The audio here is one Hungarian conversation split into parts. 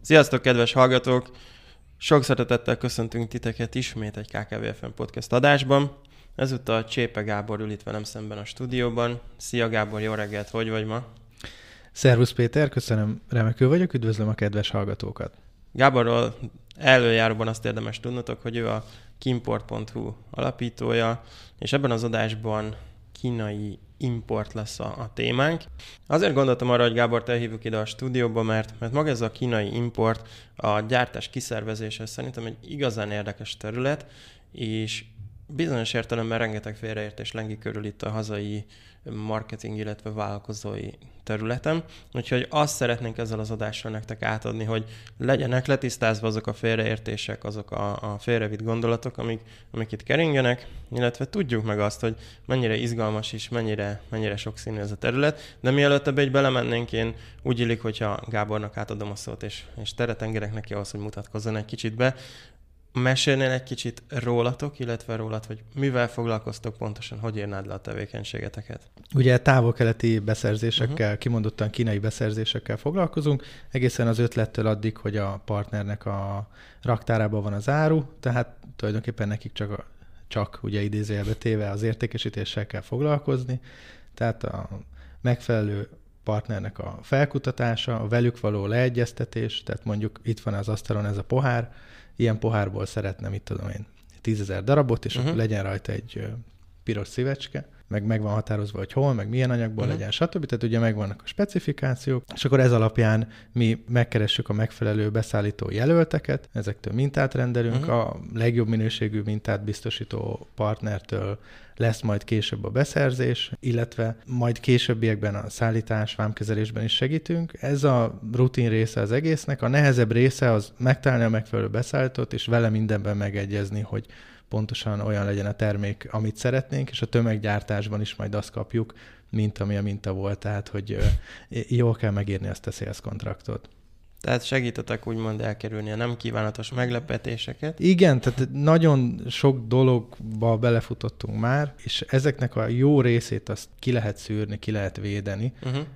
Sziasztok, kedves hallgatók! Sok szeretettel köszöntünk titeket ismét egy KKV FM podcast adásban. Ezúttal Csépe Gábor ül itt velem szemben a stúdióban. Szia Gábor, jó reggelt, hogy vagy ma? Szervusz Péter, köszönöm, remekül vagyok, üdvözlöm a kedves hallgatókat. Gáborról előjáróban azt érdemes tudnotok, hogy ő a Kimport.hu alapítója, és ebben az adásban kínai import lesz a témánk. Azért gondoltam arra, hogy Gábort elhívjuk ide a stúdióba, mert maga ez a kínai import, a gyártás kiszervezése szerintem egy igazán érdekes terület, és bizonyos értelemben rengeteg félreértés lengi körül itt a hazai marketing, illetve vállalkozói területen. Úgyhogy azt szeretnénk ezzel az adással nektek átadni, hogy legyenek letisztázva azok a félreértések, azok a félrevitt gondolatok, amik itt keringenek, illetve tudjuk meg azt, hogy mennyire izgalmas és mennyire sokszínű ez a terület. De mielőtt ebbe így belemennénk, én úgy illik, hogyha Gábornak átadom a szót, és teret engedek neki ahhoz, hogy mutatkozzon egy kicsit be. Mesélnél egy kicsit rólatok, illetve rólad, hogy mivel foglalkoztok pontosan, hogy írnád le a tevékenységeteket? Ugye távol-keleti beszerzésekkel, kimondottan kínai beszerzésekkel foglalkozunk, egészen az ötlettől addig, hogy a partnernek a raktárában van az áru, tehát tulajdonképpen nekik csak ugye idézőjelbe téve az értékesítéssel kell foglalkozni, tehát a megfelelő partnernek a felkutatása, a velük való leegyeztetés, tehát mondjuk itt van az asztalon ez a pohár, ilyen pohárból szeretne, 10 000 darabot, és akkor legyen rajta egy piros szívecske, meg van határozva, hogy hol, meg milyen anyagból legyen, stb. Tehát ugye megvannak a specifikációk, és akkor ez alapján mi megkeressük a megfelelő beszállító jelölteket, ezektől mintát rendelünk, a legjobb minőségű mintát biztosító partnertől lesz majd később a beszerzés, illetve majd későbbiekben a szállítás, vámkezelésben is segítünk. Ez a rutin része az egésznek. A nehezebb része az megtalálni a megfelelő beszállítót, és vele mindenben megegyezni, hogy pontosan olyan legyen a termék, amit szeretnénk, és a tömeggyártásban is majd azt kapjuk, mint ami a minta volt, tehát hogy jól kell megírni azt a sales kontraktot. Tehát segítetek úgymond elkerülni a nem kívánatos meglepetéseket. Igen, tehát nagyon sok dologba belefutottunk már, és ezeknek a jó részét azt ki lehet szűrni, ki lehet védeni.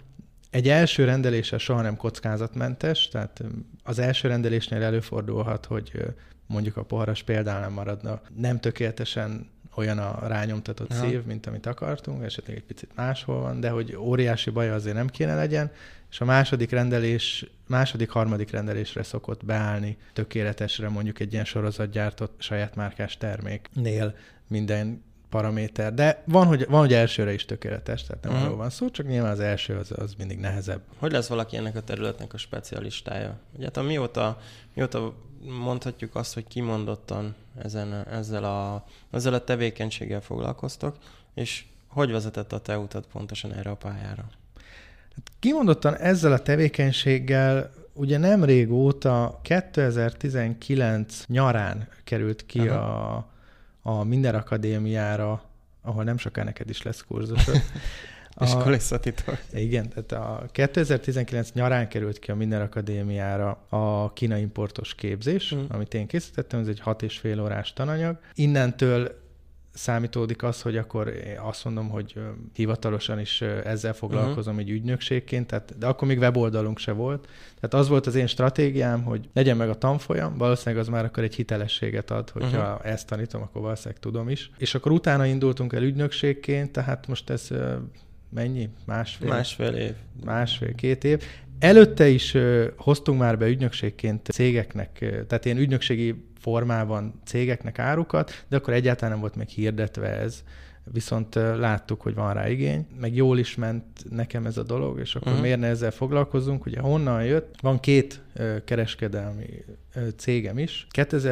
Egy első rendelése soha nem kockázatmentes, tehát az első rendelésnél előfordulhat, hogy mondjuk a poharas példánál maradna nem tökéletesen olyan a rányomtatott szív, mint amit akartunk, esetleg egy picit máshol van, de hogy óriási baj azért nem kéne legyen, és a harmadik rendelésre szokott beállni tökéletesre mondjuk egy ilyen sorozatgyártott saját márkás terméknél minden paraméter. De van, hogy elsőre is tökéletes, tehát nem arról van szó, csak nyilván az első az mindig nehezebb. Hogy lesz valaki ennek a területnek a specialistája? Ugye hát mióta mondhatjuk azt, hogy kimondottan ezzel a tevékenységgel foglalkoztok, és hogy vezetett a te utat pontosan erre a pályára? Kimondottan ezzel a tevékenységgel ugye nem régóta, 2019 nyarán került ki a Minden Akadémiára, ahol nem soká neked is lesz kurzusod. Iskolészatítok. Igen, tehát a 2019 nyarán került ki a Minden Akadémiára a kínai importos képzés, amit én készítettem, ez egy 6,5 órás tananyag. Innentől számítódik az, hogy akkor azt mondom, hogy hivatalosan is ezzel foglalkozom egy ügynökségként, de akkor még weboldalunk se volt. Tehát az volt az én stratégiám, hogy legyen meg a tanfolyam, valószínűleg az már akkor egy hitelességet ad, hogyha ezt tanítom, akkor valószínűleg tudom is. És akkor utána indultunk el ügynökségként, tehát most ez mennyi? Másfél év. Két év. Előtte is hoztunk már be ügynökségként cégeknek, tehát ilyen ügynökségi formában cégeknek árukat, de akkor egyáltalán nem volt még hirdetve ez. Viszont láttuk, hogy van rá igény, meg jól is ment nekem ez a dolog, és akkor miért ne ezzel foglalkozunk? Ugye honnan jött? Van 2 kereskedelmi cégem is.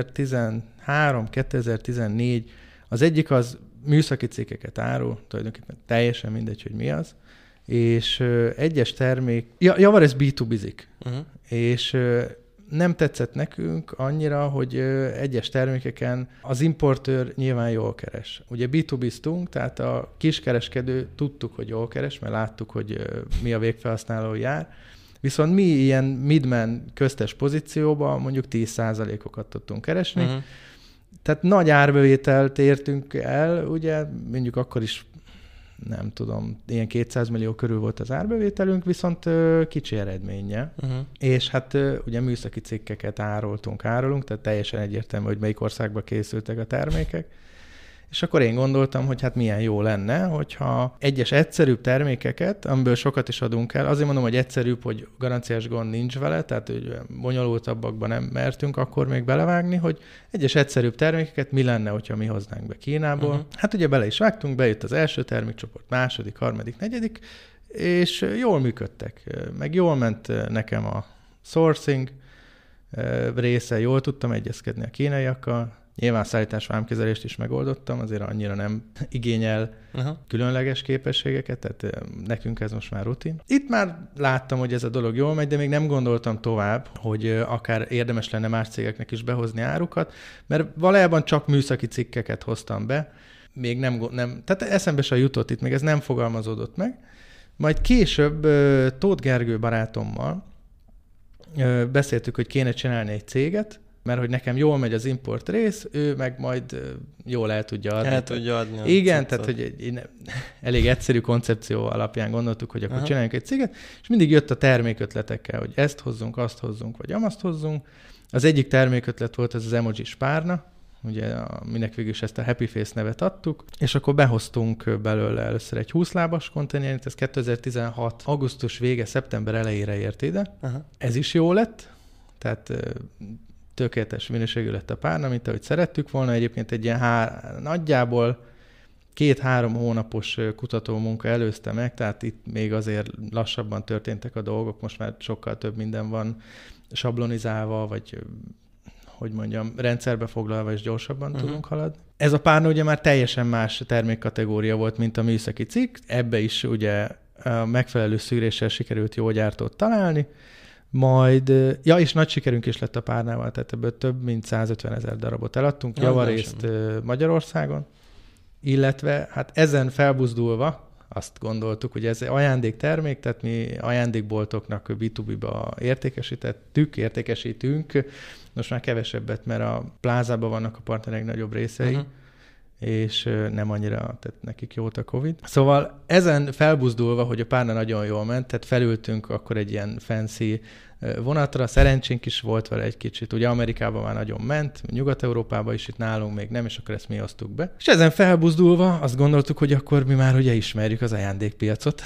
2013-2014 az egyik az műszaki cikkeket árul, tulajdonképpen teljesen mindegy, hogy mi az, és egyes termék, javarészt B2B-zik, és nem tetszett nekünk annyira, hogy egyes termékeken az importőr nyilván jól keres. Ugye B2B-ztunk, tehát a kiskereskedő tudtuk, hogy jól keres, mert láttuk, hogy mi a végfelhasználó jár, viszont mi ilyen midman köztes pozícióban mondjuk 10%-okat tudtunk keresni, Tehát nagy árbevételt értünk el, ugye mondjuk akkor is nem tudom, ilyen 200 millió körül volt az árbevételünk, viszont kicsi eredménye. És hát ugye műszaki cikkeket árulunk, tehát teljesen egyértelmű, hogy melyik országba készültek a termékek. És akkor én gondoltam, hogy hát milyen jó lenne, hogyha egyes egyszerűbb termékeket, amiből sokat is adunk el, azért mondom, hogy egyszerűbb, hogy garanciás gond nincs vele, tehát hogy bonyolultabbakban nem mertünk akkor még belevágni, hogy egyes egyszerűbb termékeket mi lenne, hogyha mi hoznánk be Kínából. Hát ugye bele is vágtunk, bejött az első termékcsoport, második, harmadik, negyedik, és jól működtek. Meg jól ment nekem a sourcing része, jól tudtam egyezkedni a kínaiakkal. Nyilván szállítás vámkezelést is megoldottam, azért annyira nem igényel különleges képességeket, tehát nekünk ez most már rutin. Itt már láttam, hogy ez a dolog jól megy, de még nem gondoltam tovább, hogy akár érdemes lenne más cégeknek is behozni árukat, mert valójában csak műszaki cikkeket hoztam be, még nem tehát eszembe se jutott itt, még ez nem fogalmazódott meg. Majd később Tóth Gergő barátommal beszéltük, hogy kéne csinálni egy céget, mert hogy nekem jól megy az import rész, ő meg majd jól el tudja adni. El tudja adni. Igen, tehát hogy elég egyszerű koncepció alapján gondoltuk, hogy akkor csináljunk egy céget, és mindig jött a termékötletekkel, hogy ezt hozzunk, azt hozzunk, vagy amazt hozzunk. Az egyik termékötlet volt ez az emojis párna, ugye minek végül is ezt a Happy Face nevet adtuk, és akkor behoztunk belőle először egy 20 lábas konténert, ez 2016. augusztus vége, szeptember elejére ért ide. Ez is jó lett, tehát tökéletes minőségű lett a párna, mint ahogy szerettük volna. Egyébként egy ilyen nagyjából 2-3 hónapos kutatómunka előzte meg, tehát itt még azért lassabban történtek a dolgok, most már sokkal több minden van sablonizálva, vagy hogy mondjam, rendszerbe foglalva, és gyorsabban tudunk haladni. Ez a párna ugye már teljesen más termékkategória volt, mint a műszaki cikk. Ebbe is ugye megfelelő szűréssel sikerült jó gyártót találni, majd, és nagy sikerünk is lett a párnával, tehát ebből több mint 150 000 darabot eladtunk, javarészt Magyarországon, illetve hát ezen felbuzdulva azt gondoltuk, hogy ez ajándéktermék, tehát mi ajándékboltoknak B2B-ba értékesítünk, most már kevesebbet, mert a plázában vannak a partnerek nagyobb részei, és nem annyira, tehát nekik jót a Covid. Szóval ezen felbuzdulva, hogy a párna nagyon jól ment, tehát felültünk akkor egy ilyen fancy vonatra, szerencsénk is volt vele egy kicsit. Ugye Amerikában már nagyon ment, Nyugat-Európában is, itt nálunk még nem, és akkor ezt mi osztuk be. És ezen felbuzdulva azt gondoltuk, hogy akkor mi már ugye ismerjük az ajándékpiacot.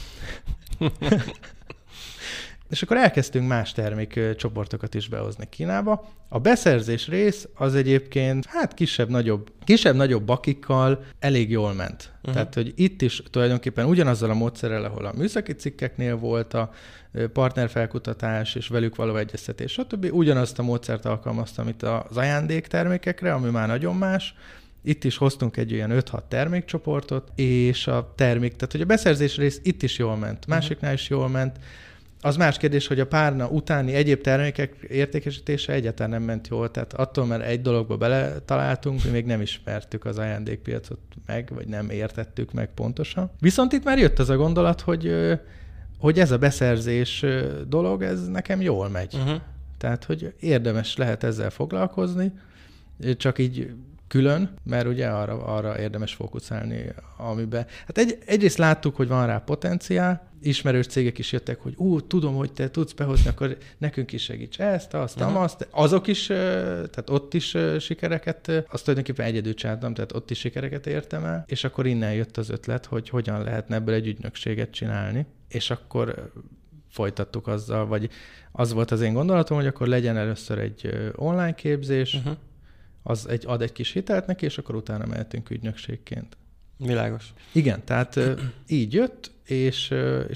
És akkor elkezdtünk más termékcsoportokat is behozni Kínába. A beszerzés rész az egyébként hát kisebb-nagyobb bakikkal elég jól ment. Tehát, hogy itt is tulajdonképpen ugyanazzal a módszerrel, ahol a műszaki cikkeknél volt a partnerfelkutatás és velük való egyeztetés, stb. Ugyanazt a módszert alkalmaztam itt az ajándéktermékekre, ami már nagyon más. Itt is hoztunk egy olyan 5-6 termékcsoportot, és tehát, hogy a beszerzés rész itt is jól ment, másiknál is jól ment. Az más kérdés, hogy a párna utáni egyéb termékek értékesítése egyáltalán nem ment jól, tehát attól, mert egy dologba beletaláltunk, mi még nem ismertük az ajándékpiacot meg, vagy nem értettük meg pontosan. Viszont itt már jött az a gondolat, hogy ez a beszerzés dolog, ez nekem jól megy. Tehát, hogy érdemes lehet ezzel foglalkozni, csak így külön, mert ugye arra érdemes fókuszálni, amiben... Hát egyrészt láttuk, hogy van rá potenciál, ismerős cégek is jöttek, hogy tudom, hogy te tudsz behozni, akkor nekünk is segíts ezt, azt, azt. Azok is, tehát ott is sikereket, azt tulajdonképpen egyedül csináltam, tehát ott is sikereket értem el, és akkor innen jött az ötlet, hogy hogyan lehetne ebből egy ügynökséget csinálni, és akkor folytattuk azzal, vagy az volt az én gondolatom, hogy akkor legyen először egy online képzés, az ad egy kis hitelt neki, és akkor utána mehetünk ügynökségként. Világos. Igen, tehát így jött, és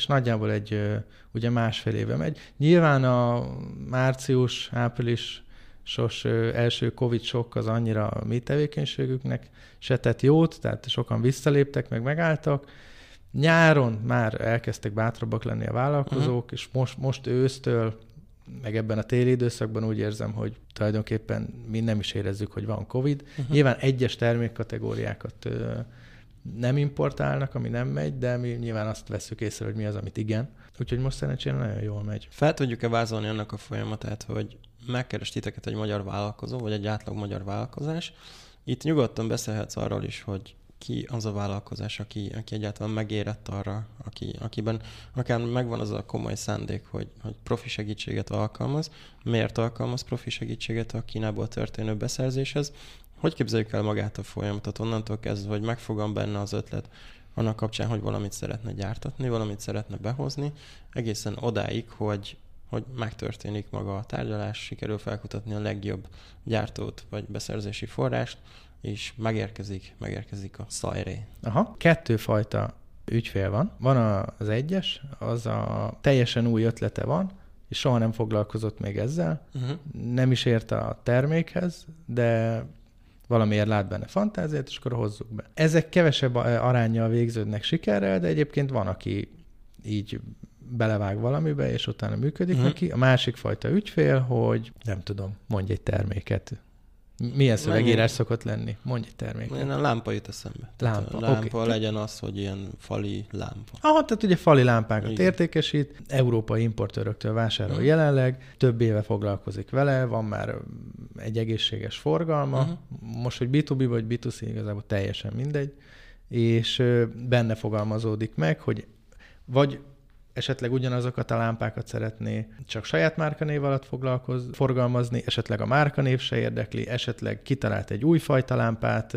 ugye másfél éve megy. Nyilván a március-áprilisos első Covid-sok az annyira a mi tevékenységüknek se tett jót, tehát sokan visszaléptek, meg megálltak. Nyáron már elkezdtek bátrabbak lenni a vállalkozók, és most ősztől, meg ebben a téli időszakban úgy érzem, hogy tulajdonképpen mi nem is érezzük, hogy van Covid. Nyilván egyes termékkategóriákat nem importálnak, ami nem megy, de mi nyilván azt vesszük észre, hogy mi az, amit igen. Úgyhogy most szerencsére nagyon jól megy. Fel tudjuk-e vázolni annak a folyamatát, hogy megkeres titeket egy magyar vállalkozó, vagy egy átlag magyar vállalkozás. Itt nyugodtan beszélhetsz arról is, hogy ki az a vállalkozás, aki egyáltalán megérett arra, akiben akár megvan az a komoly szándék, hogy profi segítséget alkalmaz. Miért alkalmaz profi segítséget a Kínából történő beszerzéshez? Hogy képzeljük el magát a folyamatot onnantól kezdve, hogy megfogam benne az ötlet annak kapcsán, hogy valamit szeretne gyártatni, valamit szeretne behozni, egészen odáig, hogy megtörténik maga a tárgyalás, sikerül felkutatni a legjobb gyártót vagy beszerzési forrást, és megérkezik a szajré. Aha, 2 fajta ügyfél van. Van az egyes, az a teljesen új ötlete van, és soha nem foglalkozott még ezzel, nem is ért a termékhez, de valamiért lát benne fantáziát, és akkor hozzuk be. Ezek kevesebb aránnyal végződnek sikerrel, de egyébként van, aki így belevág valamibe, és utána működik neki. A másik fajta ügyfél, hogy nem tudom, mondj egy terméket. Milyen szövegírás szokott lenni? Mondj egy terméket. A lámpa jut eszembe. Lámpa legyen az, hogy ilyen fali lámpa. Tehát ugye fali lámpákat értékesít, európai importőröktől vásárol jelenleg, több éve foglalkozik vele, van már egy egészséges forgalma, most, hogy B2B vagy B2C, igazából teljesen mindegy, és benne fogalmazódik meg, hogy vagy esetleg ugyanazokat a lámpákat szeretné csak saját márkanév alatt forgalmazni, esetleg a márkanév se érdekli, esetleg kitalált egy újfajta lámpát,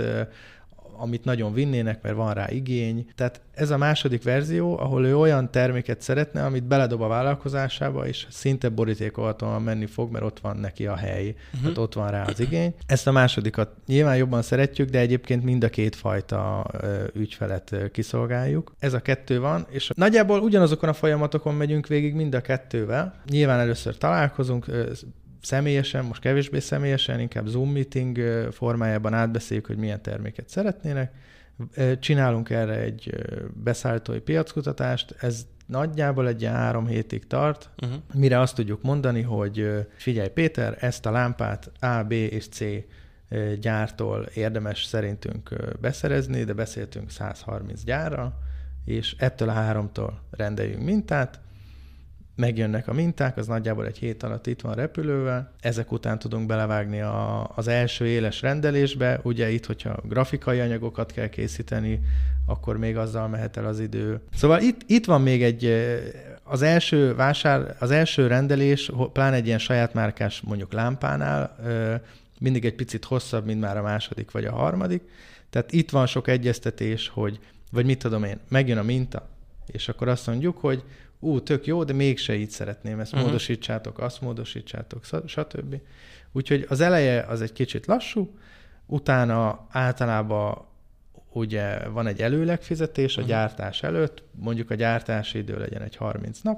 amit nagyon vinnének, mert van rá igény. Tehát ez a második verzió, ahol ő olyan terméket szeretne, amit beledob a vállalkozásába, és szinte borítékolhatóan menni fog, mert ott van neki a hely, tehát ott van rá az igény. Ezt a másodikat nyilván jobban szeretjük, de egyébként mind a 2 fajta ügyfelet kiszolgáljuk. Ez a 2 van, és nagyjából ugyanazokon a folyamatokon megyünk végig mind a 2-vel. Nyilván először találkozunk, személyesen, most kevésbé személyesen, inkább Zoom meeting formájában átbeszéljük, hogy milyen terméket szeretnének. Csinálunk erre egy beszállítói piackutatást, ez nagyjából egy ilyen 3 hétig tart, mire azt tudjuk mondani, hogy figyelj Péter, ezt a lámpát A, B és C gyártól érdemes szerintünk beszerezni, de beszéltünk 130 gyárral, és ettől a 3-tól rendeljünk mintát, megjönnek a minták, az nagyjából egy hét alatt itt van repülővel. Ezek után tudunk belevágni az első éles rendelésbe. Ugye itt, hogyha grafikai anyagokat kell készíteni, akkor még azzal mehet el az idő. Szóval itt van még az első rendelés, pláne egy ilyen saját márkás mondjuk lámpánál, mindig egy picit hosszabb, mint már a második vagy a harmadik. Tehát itt van sok egyeztetés, vagy mit tudom én, megjön a minta, és akkor azt mondjuk, hogy tök jó, de mégse így szeretném, ezt módosítsátok, azt módosítsátok, stb. Úgyhogy az eleje az egy kicsit lassú, utána általában ugye van egy előlegfizetés a gyártás előtt, mondjuk a gyártási idő legyen egy 30 nap,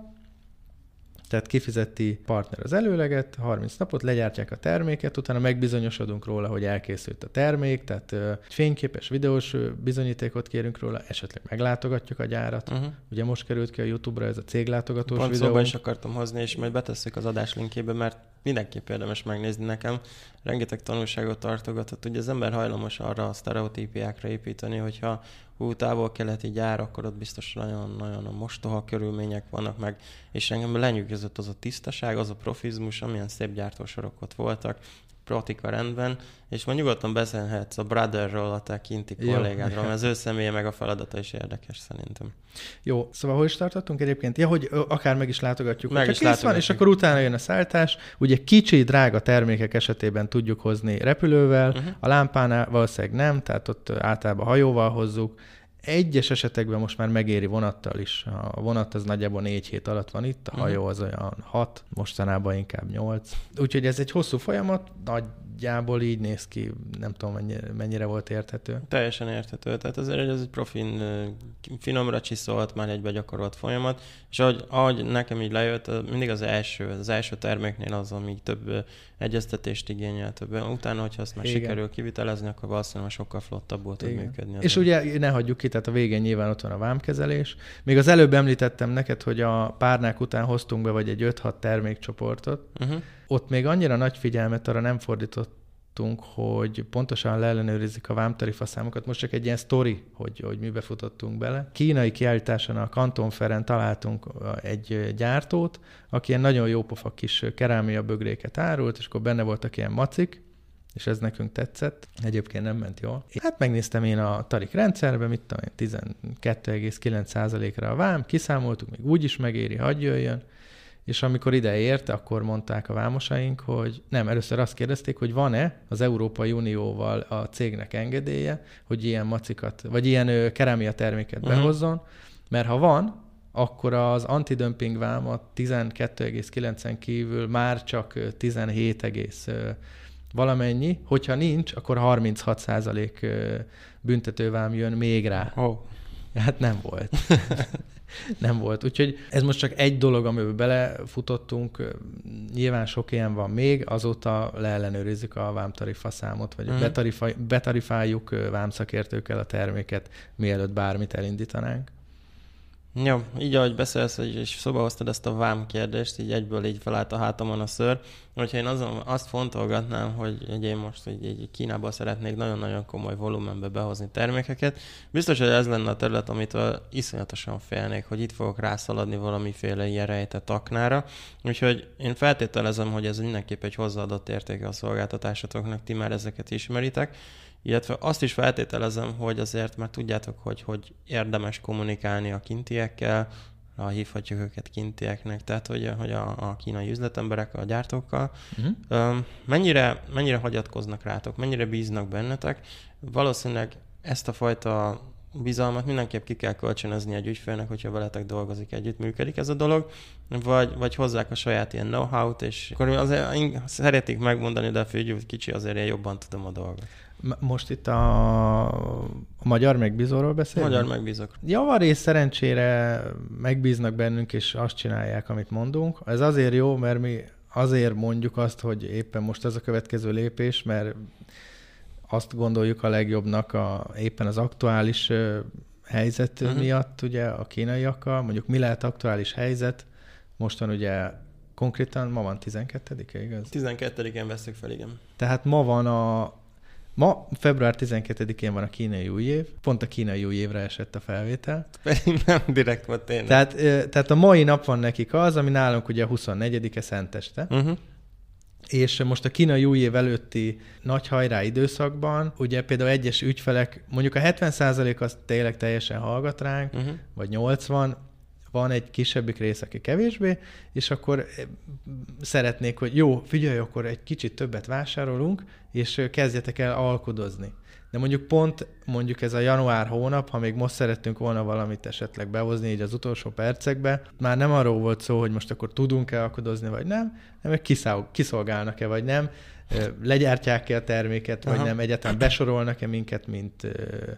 tehát kifizeti partner az előleget, 30 napot, legyártják a terméket, utána megbizonyosodunk róla, hogy elkészült a termék, tehát egy fényképes, videós bizonyítékot kérünk róla, esetleg meglátogatjuk a gyárat. Ugye most került ki a YouTube-ra ez a céglátogatós videó. Szóba is akartam hozni, és majd betesszük az adás linkjébe, mert mindenképp érdemes megnézni nekem. Rengeteg tanulságot tartogatott. Ugye az ember hajlamos arra a sztereotípiákra építeni, hogyha távol-keleti gyár, akkor ott biztos nagyon mostoha körülmények vannak meg, és engem lenyűgözött az a tisztaság, az a profizmus, amilyen szép gyártósorok ott voltak, pratika rendben, és majd nyugodtan beszélhetsz a Brotherről, a te kinti kollégádról, mert az ő személye meg a feladata is érdekes szerintem. Jó, szóval hol is tartottunk egyébként? Ja, hogy akár meg is látogatjuk, meg is látogatjuk. Van, és akkor utána jön a szállítás. Ugye kicsi, drága termékek esetében tudjuk hozni repülővel, a lámpánál valószínűleg nem, tehát ott általában hajóval hozzuk. Egyes esetekben most már megéri vonattal is. A vonat az nagyjából 4 hét alatt van itt, a hajó az olyan 6, mostanában inkább 8. Úgyhogy ez egy hosszú folyamat, nagyjából így néz ki, nem tudom mennyire volt érthető. Teljesen érthető, tehát ez egy profin, finomra csiszolt, már egy begyakorolt folyamat, és ahogy nekem így lejött, mindig az első terméknél az, ami több egyeztetést igényel, utána, hogyha azt már sikerül kivitelezni, akkor valószínűleg sokkal flottabbul tud működni. És ugye ne hagyjuk ki, tehát a végén nyilván ott van a vámkezelés. Még az előbb említettem neked, hogy a párnák után hoztunk be vagy egy 5-6 termékcsoportot. Ott még annyira nagy figyelmet arra nem fordítottunk, hogy pontosan leellenőrizik a vámtarifaszámokat. Most csak egy ilyen sztori, hogy mibe futottunk bele. Kínai kiállításon a Canton Fair-en találtunk egy gyártót, aki ilyen nagyon jópofa kis kerámia bögréket árult, és akkor benne voltak ilyen macik, és ez nekünk tetszett. Egyébként nem ment jól. Hát megnéztem én a Tarik rendszerbe, mit tudom én, 12,9%-ra a vám, kiszámoltuk, még úgy is megéri, hadd jöjjön, és amikor ide ért, akkor mondták a vámosaink, hogy nem, először azt kérdezték, hogy van-e az Európai Unióval a cégnek engedélye, hogy ilyen macikat, vagy ilyen kerámia terméket behozzon, mert ha van, akkor az antidömping vám a 12,9-en kívül már csak 17, valamennyi, hogyha nincs, akkor 36% büntetővám jön még rá. Oh. Hát nem volt. Nem volt. Úgyhogy ez most csak egy dolog, amiben belefutottunk. Nyilván sok ilyen van még, azóta leellenőrizzük a vámtarifa számot, vagy betarifáljuk vámszakértőkkel a terméket, mielőtt bármit elindítanánk. Jó, így ahogy beszélsz, és szóba hoztad ezt a vám kérdést, így egyből így felállt a hátamon a szőr. Hogyha én azt fontolgatnám, hogy én most így Kínából szeretnék nagyon-nagyon komoly volumenbe behozni termékeket, biztos, hogy ez lenne a terület, amitől iszonyatosan félnék, hogy itt fogok rászaladni valamiféle ilyen rejtett aknára. Úgyhogy én feltételezem, hogy ez mindenképp egy hozzáadott értéke a szolgáltatásotoknak, ti már ezeket ismeritek. Illetve azt is feltételezem, hogy azért már tudjátok, hogy érdemes kommunikálni a kintiekkel, hívhatjuk őket kintieknek, tehát hogy a kínai üzletemberekkel, a gyártókkal. Mennyire hagyatkoznak rátok, mennyire bíznak bennetek? Valószínűleg ezt a fajta bizalmat mindenképp ki kell kölcsönözni egy ügyfélnek, hogyha veletek dolgozik, együttműködik ez a dolog, vagy hozzák a saját ilyen know-how-t, és akkor azért szeretik megmondani, de figyelj, kicsi, azért én jobban tudom a dolgot. Most itt a magyar megbízóról beszélünk? Magyar megbízók. Javarészt szerencsére megbíznak bennünk, és azt csinálják, amit mondunk. Ez azért jó, mert mi azért mondjuk azt, hogy éppen most ez a következő lépés, mert azt gondoljuk a legjobbnak éppen az aktuális helyzet miatt, ugye a kínaiakkal. Mondjuk mi lehet aktuális helyzet? Mostan ugye konkrétan ma van 12-e, igaz? 12-én veszük fel, igen. Tehát Ma február 12-én van a kínai új év, pont a kínai új évre esett a felvétel. Pedig nem direkt volt tényleg. Tehát a mai nap van nekik az, ami nálunk ugye a 24-e szenteste. És most a kínai új év előtti nagy hajrá időszakban, ugye például egyes ügyfelek, mondjuk a 70% az tényleg teljesen hallgat ránk, vagy 80%, van egy kisebbik rész, aki kevésbé, és akkor szeretnék, hogy jó, figyelj, akkor egy kicsit többet vásárolunk, és kezdjetek el alkudozni. De mondjuk ez a január hónap, ha még most szerettünk volna valamit esetleg behozni így az utolsó percekbe, már nem arról volt szó, hogy most akkor tudunk-e alkudozni, vagy nem, hanem kiszolgálnak-e, vagy nem, legyártják-e a terméket, vagy nem, egyáltalán besorolnak-e minket, mint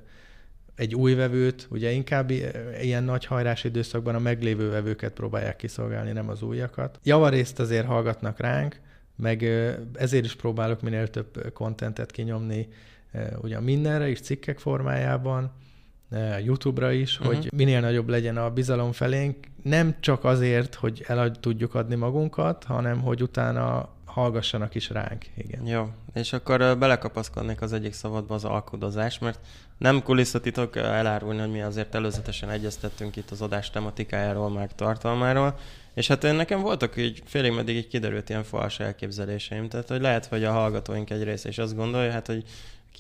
egy új vevőt, ugye inkább ilyen nagy hajrás időszakban a meglévő vevőket próbálják kiszolgálni, nem az újakat. Javarészt azért hallgatnak ránk, meg ezért is próbálok minél több kontentet kinyomni, ugye mindenre is, cikkek formájában, YouTube-ra is, hogy minél nagyobb legyen a bizalom felénk, nem csak azért, hogy tudjuk adni magunkat, hanem hogy utána hallgassanak is ránk. Igen. Jó, és akkor belekapaszkodnék az egyik szabadba, az alkudozás, mert nem kulisszatitok elárulni, hogy mi azért előzetesen egyeztettünk itt az adás tematikájáról, meg tartalmáról, és hát nekem voltak így félig meddig így kiderült ilyen fals elképzeléseim, tehát hogy lehet, hogy a hallgatóink egy része is azt gondolja, hát hogy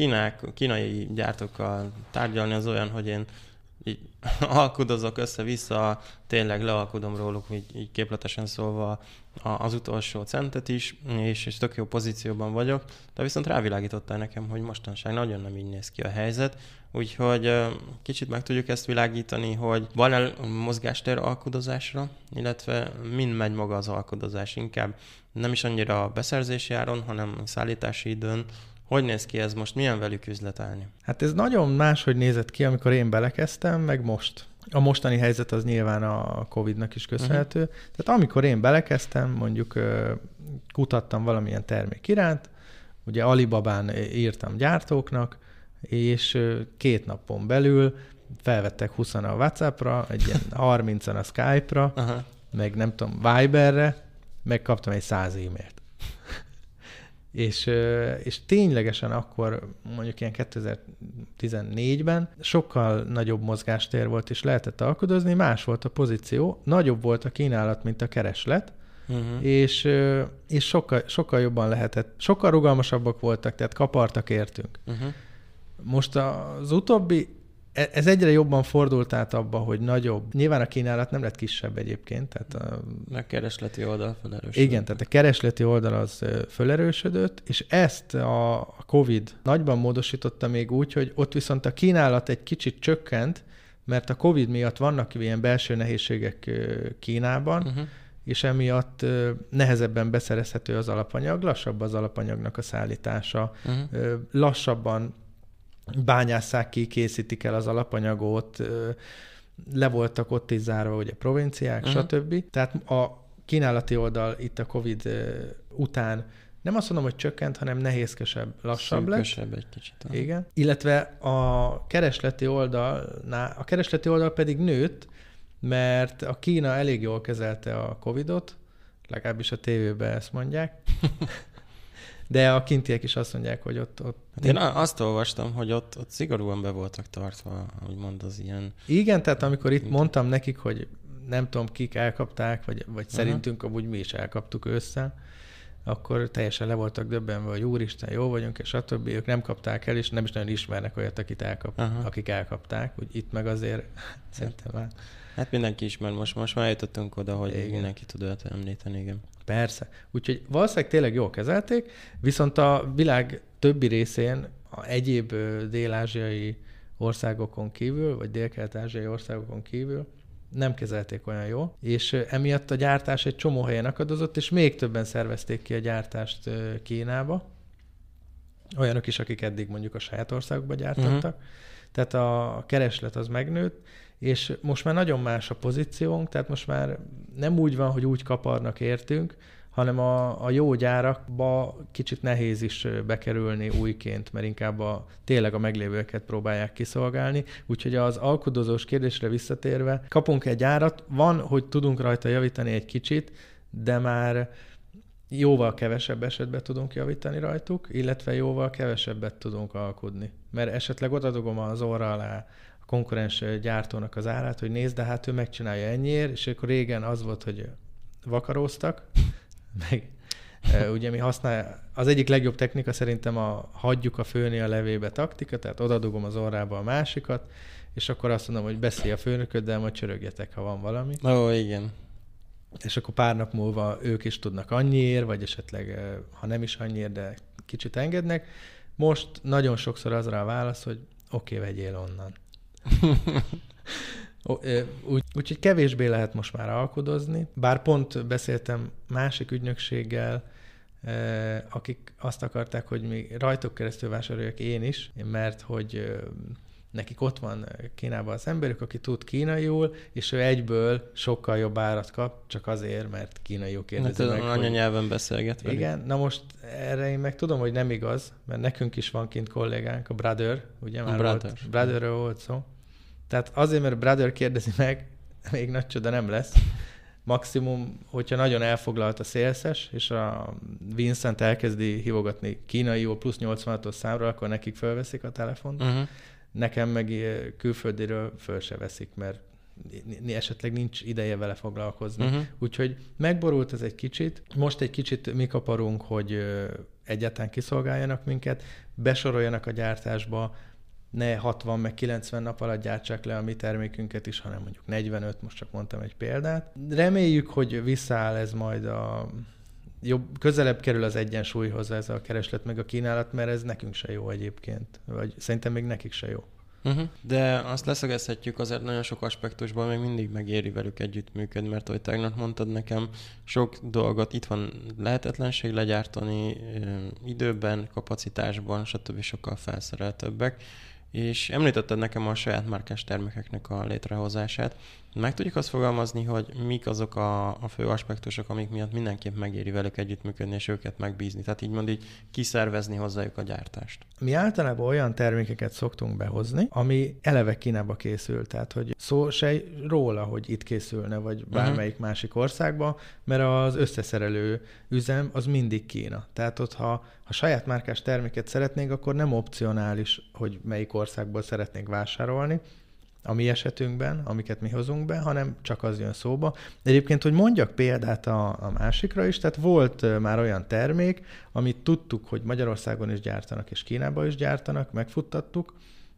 kínai gyártókkal tárgyalni az olyan, hogy én így alkudozok össze-vissza, tényleg lealkudom róluk, így képletesen szólva az utolsó centet is, és tök jó pozícióban vagyok, de viszont rávilágítottál nekem, hogy mostanság nagyon nem így néz ki a helyzet, úgyhogy kicsit meg tudjuk ezt világítani, hogy van-e mozgástér alkudozásra, illetve mind megy maga az alkudozás, inkább nem is annyira a beszerzési áron, hanem a szállítási időn. Hogy néz ki ez most? Milyen velük üzletelni? Hát ez nagyon máshogy nézett ki, amikor én belekezdtem, meg most. A mostani helyzet az nyilván a Covid-nak is köszönhető. Tehát amikor én belekezdtem, mondjuk kutattam valamilyen termék iránt, ugye Alibabán írtam gyártóknak, és 2 napon belül felvettek 20-an a WhatsAppra, egy ilyen 30-an a Skype-ra, meg nem tudom, Viberre, megkaptam egy 100 e-mailt. És ténylegesen akkor, mondjuk ilyen 2014-ben sokkal nagyobb mozgástér volt, és lehetett alkudozni, más volt a pozíció, nagyobb volt a kínálat, mint a kereslet, és sokkal jobban lehetett, sokkal rugalmasabbak voltak, tehát kapartak értünk. Most az utóbbi, ez egyre jobban fordult át abba, hogy nagyobb. Nyilván a kínálat nem lett kisebb egyébként. Tehát a keresleti oldal felerősödött. Igen, tehát a keresleti oldal az felerősödött, és ezt a Covid nagyban módosította még úgy, hogy ott viszont a kínálat egy kicsit csökkent, mert a Covid miatt vannak ilyen belső nehézségek Kínában, és emiatt nehezebben beszerezhető az alapanyag, lassabb az alapanyagnak a szállítása, lassabban bányásszák ki, készítik el az alapanyagot, le voltak ott is zárva ugye provinciák, stb. Tehát a kínálati oldal itt a Covid után nem azt mondom, hogy csökkent, hanem nehézkesebb, lassabb lett. Szűkösebb egy kicsit. Igen. Illetve a keresleti oldal pedig nőtt, mert a Kína elég jól kezelte a Covidot, legalábbis a tévében ezt mondják. De a kintiek is azt mondják, hogy ott... Hát én azt olvastam, hogy ott szigorúan be voltak tartva, úgymond az ilyen... Igen, tehát amikor itt mondtam nekik, hogy nem tudom, kik elkapták, vagy szerintünk amúgy mi is elkaptuk ősszel, akkor teljesen le voltak döbbenve, hogy úristen, jó vagyunk, és stb. Ők nem kapták el, és nem is nagyon ismernek olyat, akik elkapták. Úgy itt meg azért szerintem már... Hát mindenki ismer, most már jutottunk oda, hogy igen. Mindenki tud olyat említeni, igen. Persze. Úgyhogy valószínűleg tényleg jól kezelték, viszont a világ többi részén, a egyéb dél-ázsiai országokon kívül, vagy dél-kelet-ázsiai országokon kívül nem kezelték olyan jól, és emiatt a gyártás egy csomó helyen akadozott, és még többen szervezték ki a gyártást Kínába. Olyanok is, akik eddig mondjuk a saját országukba gyártottak. Tehát a kereslet az megnőtt, és most már nagyon más a pozíciónk, tehát most már nem úgy van, hogy úgy kaparnak értünk, hanem a jó gyárakba kicsit nehéz is bekerülni újként, mert inkább tényleg a meglévőket próbálják kiszolgálni. Úgyhogy az alkudozós kérdésre visszatérve, kapunk egy gyárat, van, hogy tudunk rajta javítani egy kicsit, de már jóval kevesebb esetben tudunk javítani rajtuk, illetve jóval kevesebbet tudunk alkudni. Mert esetleg odadugom az orra alá a konkurens gyártónak az árát, hogy nézd, de hát ő megcsinálja ennyiért, és akkor régen az volt, hogy vakaróztak, meg ugye mi használja, az egyik legjobb technika szerintem a hagyjuk a főni a levébe taktika, tehát odadugom az orrába a másikat, és akkor azt mondom, hogy beszélj a főnököddel, majd csörögjetek, ha van valami. Ó, igen. És akkor pár nap múlva ők is tudnak annyiért, vagy esetleg, ha nem is annyiért, de kicsit engednek. Most nagyon sokszor az rá a válasz, hogy oké, vegyél onnan. Úgyhogy kevésbé lehet most már alkudozni. Bár pont beszéltem másik ügynökséggel, akik azt akarták, hogy mi rajtuk keresztül vásároljak én is, mert hogy nekik ott van Kínában az emberük, aki tud kínaiul, és ő egyből sokkal jobb árat kap, csak azért, mert kínaiul kérdezi meg. Anyanyelven beszélget velük. Igen, na most erre én meg tudom, hogy nem igaz, mert nekünk is van kint kollégánk, a Brother, ugye már Brotherről volt szó. Tehát azért, mert Brother kérdezi meg, még nagy csoda nem lesz. Maximum, hogyha nagyon elfoglalt a szélszes, és a Vincent elkezdi hívogatni kínaiul plusz 86-os számra, akkor nekik fölveszik a telefont. Nekem meg külföldiről föl se veszik, mert esetleg nincs ideje vele foglalkozni. Úgyhogy megborult ez egy kicsit. Most egy kicsit mi kaparunk, hogy egyáltalán kiszolgáljanak minket, besoroljanak a gyártásba, ne 60 meg 90 nap alatt gyártsák le a mi termékünket is, hanem mondjuk 45, most csak mondtam egy példát. Reméljük, hogy visszaáll ez majd közelebb kerül az egyensúlyhoz ez a kereslet meg a kínálat, mert ez nekünk se jó egyébként, vagy szerintem még nekik se jó. De azt leszögezhetjük, azért nagyon sok aspektusban még mindig megéri velük együttműködni, mert ahogy tegnap mondtad nekem, sok dolgot itt van lehetetlenség legyártani időben, kapacitásban, stb. Sokkal felszereltebbek. És említetted nekem a saját márkás termékeknek a létrehozását. Meg tudjuk azt fogalmazni, hogy mik azok a fő aspektusok, amik miatt mindenképp megéri velük együttműködni, és őket megbízni. Tehát így kiszervezni hozzájuk a gyártást. Mi általában olyan termékeket szoktunk behozni, ami eleve Kínába készül. Tehát, hogy szó se róla, hogy itt készülne, vagy bármelyik másik országban, mert az összeszerelő üzem az mindig Kína. Tehát ott, ha saját márkás terméket szeretnénk, akkor nem opcionális, hogy melyik országból szeretnénk vásárolni. a mi esetünkben, amiket mi hozunk be, hanem csak az jön szóba. Egyébként, hogy mondjak példát a másikra is, tehát volt már olyan termék, amit tudtuk, hogy Magyarországon is gyártanak, és Kínában is gyártanak, megfuttattuk,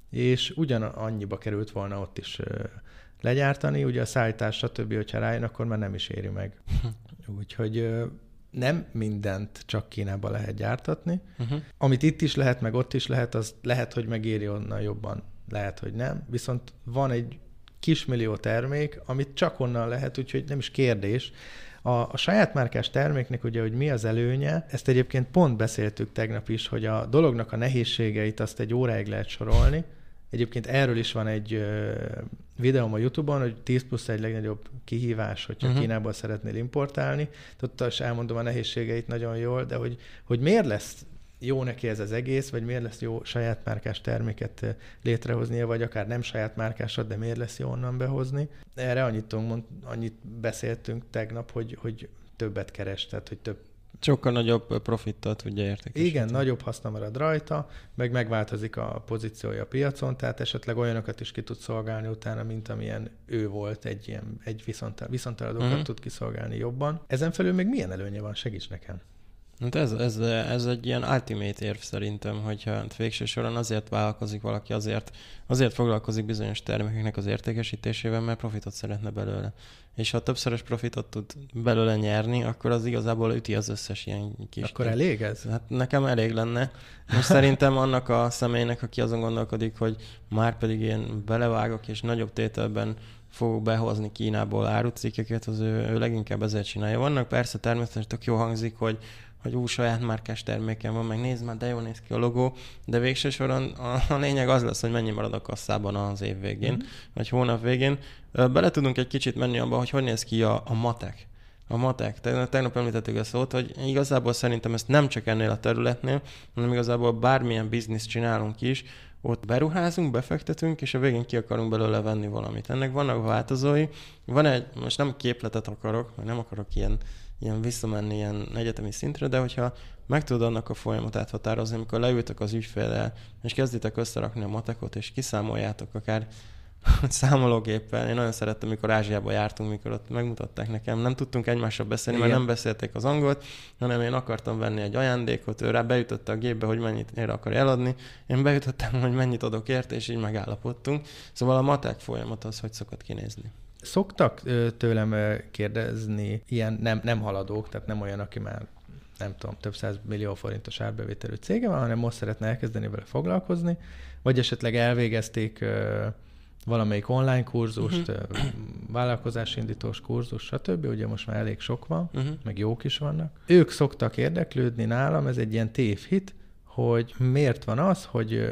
és ugyanannyiba került volna ott is legyártani, ugye a szállítás, stb., hogyha rájön, akkor már nem is éri meg. Úgyhogy nem mindent csak Kínában lehet gyártatni. Amit itt is lehet, meg ott is lehet, az lehet, hogy megéri onnan jobban, lehet, hogy nem. Viszont van egy kismillió termék, amit csak onnan lehet, úgyhogy nem is kérdés. A saját márkás terméknek ugye, hogy mi az előnye, ezt egyébként pont beszéltük tegnap is, hogy a dolognak a nehézségeit azt egy óráig lehet sorolni. Egyébként erről is van egy videóm a YouTube-on, hogy 10+1 legnagyobb kihívás, hogyha Kínából szeretnél importálni. Ott is elmondom a nehézségeit nagyon jól, de hogy miért lesz jó neki ez az egész, vagy miért lesz jó saját márkás terméket létrehoznia, vagy akár nem saját márkásat, de miért lesz jó onnan behozni. Erre annyit beszéltünk tegnap, hogy többet keres, tehát hogy több. Sokkal nagyobb profittal tudja értékesíteni. Igen, nagyobb haszna marad rajta, meg megváltozik a pozíciója a piacon, tehát esetleg olyanokat is ki tud szolgálni utána, mint amilyen ő volt, egy viszonteladókat tud kiszolgálni jobban. Ezen felül még milyen előnye van? Segíts nekem! Hát ez egy ilyen ultimate érv szerintem, hogyha végső soron azért vállalkozik valaki, azért foglalkozik bizonyos termékeknek az értékesítésével, mert profitot szeretne belőle. És ha többszörös profitot tud belőle nyerni, akkor az igazából üti az összes ilyen kis... Akkor elég ez? Hát nekem elég lenne. Most szerintem annak a személynek, aki azon gondolkodik, hogy már pedig én belevágok, és nagyobb tételben fogok behozni Kínából árucikkeket, az ő leginkább ezért csinálja. Vannak persze természetesen tök jó hangzik, hogy saját márkás terméken van, meg nézd már, de jól néz ki a logó, de végső soron a lényeg az lesz, hogy mennyi marad a kasszában az év végén, vagy hónap végén. Bele tudunk egy kicsit menni abba, hogy néz ki a matek. A matek. Tegnap említettük a szót, hogy igazából szerintem ezt nem csak ennél a területnél, hanem igazából bármilyen bizniszt csinálunk is, ott beruházunk, befektetünk, és a végén ki akarunk belőle venni valamit. Ennek vannak változói. Most nem képletet akarok, vagy nem akarok ilyen visszamenni ilyen egyetemi szintre, de hogyha meg tudod annak a folyamatát határozni, amikor leültök az ügyféllel, és kezditek összerakni a matekot, és kiszámoljátok akár számológéppel. Én nagyon szerettem, mikor Ázsiába jártunk, mikor ott megmutatták nekem. Nem tudtunk egymással beszélni, mert nem beszélték az angolt, hanem én akartam venni egy ajándékot, ő rá beütötte a gépbe, hogy mennyit ér akar eladni. Én beütöttem, hogy mennyit adok érte, és így megállapodtunk. Szóval a matek folyamat az, hogy szokott kinézni. Szoktak tőlem kérdezni ilyen nem haladók, tehát nem olyan, aki már nem tudom, több 100 millió forintos árbevételű cége van, hanem most szeretne elkezdeni vele foglalkozni, vagy esetleg elvégezték valamelyik online kurzust, vállalkozásindítós kurzus, stb. Ugye most már elég sok van, meg jók is vannak. Ők szoktak érdeklődni nálam, ez egy ilyen tévhit, hogy miért van az, hogy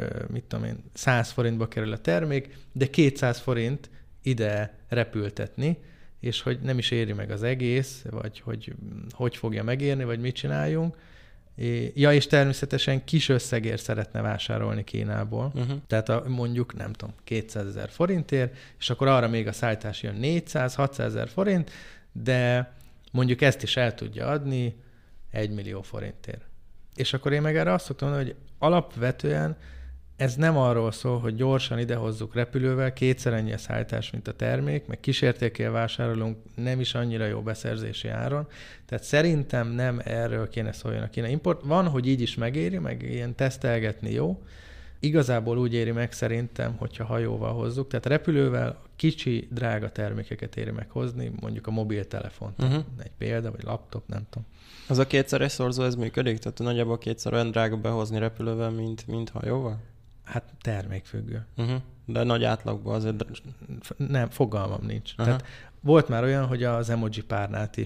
100 forintba kerül a termék, de 200 forint ide repültetni, és hogy nem is éri meg az egész, vagy hogy fogja megérni, vagy mit csináljunk. Ja, és természetesen kis összegért szeretne vásárolni Kínából. Tehát mondjuk, nem tudom, 200 000 forintért, és akkor arra még a szállítás jön 400-600 000 forint, de mondjuk ezt is el tudja adni 1 millió forintért. És akkor én meg erre azt szoktam mondani, hogy alapvetően ez nem arról szól, hogy gyorsan idehozzuk repülővel, 2-szer ennyi a szállítás, mint a termék, meg kísértékkel vásárolunk, nem is annyira jó beszerzési áron. Tehát szerintem nem erről kéne szóljon a kínai import. Van, hogy így is megéri, meg ilyen tesztelgetni jó. Igazából úgy éri meg szerintem, hogyha hajóval hozzuk. Tehát repülővel kicsi, drága termékeket éri meg hozni, mondjuk a mobiltelefont. Egy példa, vagy laptop, nem tudom. Az a 2-szeres szorzó, ez működik? Tehát nagyjából 2-szer olyan drága behozni repülővel, mint hajóval? Hát termékfüggő. De nagy átlagban azért... Nem, fogalmam nincs. Tehát volt már olyan, hogy az emoji párnát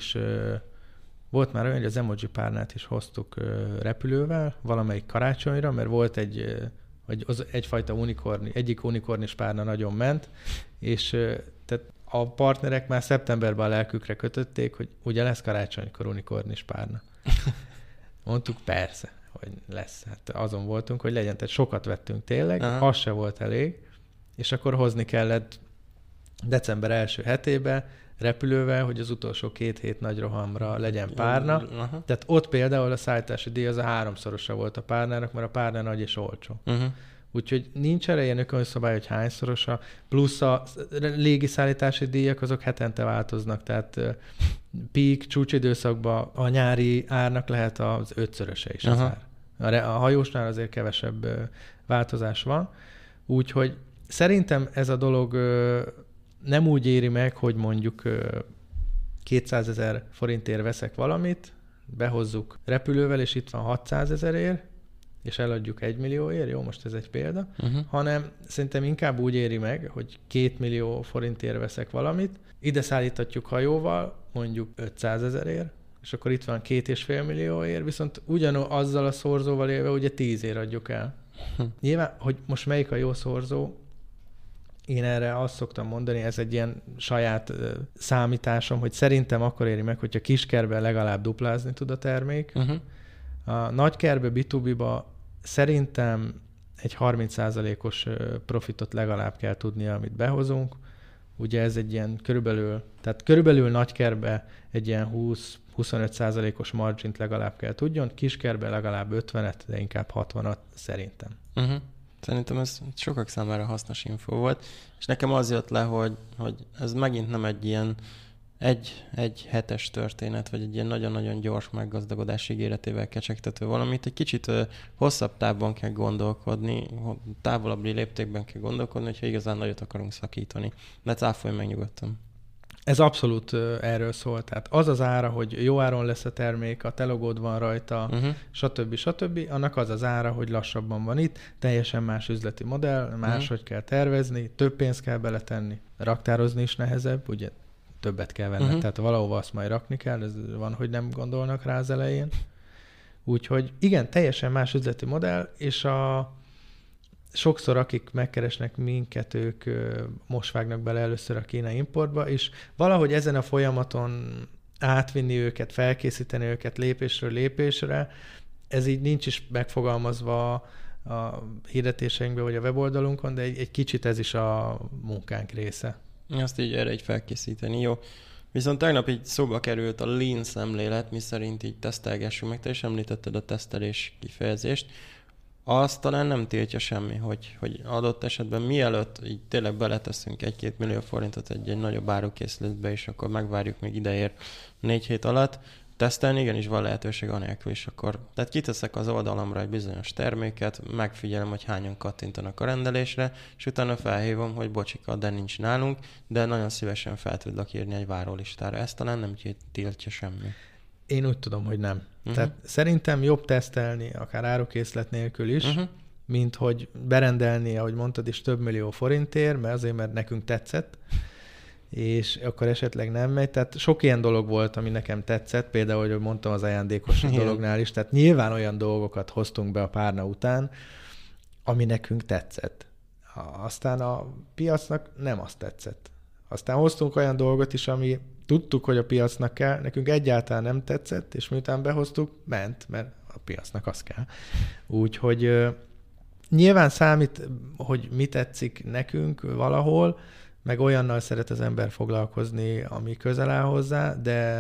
is hoztuk repülővel valamelyik karácsonyra, mert volt egyfajta egyik unikornis párna nagyon ment, és tehát a partnerek már szeptemberben a lelkükre kötötték, hogy ugye lesz karácsonykor unikornis párna. Mondtuk, persze, hogy lesz. Hát azon voltunk, hogy legyen, tehát sokat vettünk tényleg, az se volt elég, és akkor hozni kellett december első hetében repülővel, hogy az utolsó 2 hét nagy rohamra legyen párna. Tehát ott például a szállítási díj az a 3-szorosa volt a párnának, mert a párna nagy és olcsó. Úgyhogy nincs erre ilyen ökönszabály, hogy hányszorosa, plusz a légiszállítási díjak azok hetente változnak, tehát peak csúcsidőszakban a nyári árnak lehet az 5-szöröse is az ár. A hajósnál azért kevesebb változás van, úgyhogy szerintem ez a dolog nem úgy éri meg, hogy mondjuk 200 000 forintért veszek valamit, behozzuk repülővel, és itt van 600 000-ért, és eladjuk 1 millióért, jó, most ez egy példa, hanem szerintem inkább úgy éri meg, hogy 2 millió forintért veszek valamit, ide szállítatjuk hajóval, mondjuk 500 000-ért, és akkor itt van 2,5 millióért, viszont ugyanazzal a szorzóval élve ugye 10-ért adjuk el. Nyilván, hogy most melyik a jó szorzó, én erre azt szoktam mondani, ez egy ilyen saját számításom, hogy szerintem akkor éri meg, hogyha kiskerben legalább duplázni tud a termék. A nagykerbe B2B-ba szerintem egy 30%-os profitot legalább kell tudnia, amit behozunk. Ugye ez egy ilyen körülbelül nagykerbe egy ilyen 20-25%-os margint legalább kell tudjon, kiskerbe legalább 50-et, de inkább 60-at szerintem. Szerintem ez sokak számára hasznos info volt, és nekem az jött le, hogy ez megint nem egy ilyen egy hetes történet, vagy egy ilyen nagyon-nagyon gyors meggazdagodás ígéretével kecsegtető valamit. Egy kicsit hosszabb távban kell gondolkodni, távolabbi léptékben kell gondolkodni, hogyha igazán nagyot akarunk szakítani. De cáfolj meg nyugodtan. Ez abszolút erről szól. Tehát az az ára, hogy jó áron lesz a termék, a te logód van rajta, stb. Annak az az ára, hogy lassabban van itt, teljesen más üzleti modell, máshogy kell tervezni, több pénzt kell beletenni, raktározni is nehezebb, ugye többet kell venni, tehát valahova azt majd rakni kell, ez van, hogy nem gondolnak rá az elején. Úgyhogy igen, teljesen más üzleti modell, és sokszor akik megkeresnek minket, ők most vágnak bele először a kínai importba, és valahogy ezen a folyamaton átvinni őket, felkészíteni őket lépésről lépésre, ez így nincs is megfogalmazva a hirdetéseinkben vagy a weboldalunkon, de egy kicsit ez is a munkánk része. Azt így erre így felkészíteni, jó. Viszont tegnap így szóba került a lean szemlélet, miszerint így tesztelgessünk meg, te is említetted a tesztelés kifejezést. Azt talán nem tiltja semmi, hogy adott esetben mielőtt így tényleg beleteszünk 1-2 millió forintot egy nagyobb árukészletbe, és akkor megvárjuk még ideér 4 hét alatt, tesztelni igenis van lehetőség anélkül is akkor. Tehát kiteszek az oldalamra egy bizonyos terméket, megfigyelem, hogy hányan kattintanak a rendelésre, és utána felhívom, hogy bocsika, de nincs nálunk, de nagyon szívesen fel tudlak írni egy várólistára. Ezt talán nem tiltja semmi. Én úgy tudom, hogy nem. Tehát szerintem jobb tesztelni, akár árukészlet nélkül is, mint hogy berendelni, ahogy mondtad is, több millió forintért, mert nekünk tetszett, és akkor esetleg nem megy. Tehát sok ilyen dolog volt, ami nekem tetszett, például, hogy mondtam az ajándékos dolognál is, tehát nyilván olyan dolgokat hoztunk be a párna után, ami nekünk tetszett. Aztán a piacnak nem azt tetszett. Aztán hoztunk olyan dolgot is, ami tudtuk, hogy a piacnak kell, nekünk egyáltalán nem tetszett, és miután behoztuk, ment, mert a piacnak az kell. Úgyhogy nyilván számít, hogy mi tetszik nekünk valahol, meg olyannal szeret az ember foglalkozni, ami közel áll hozzá,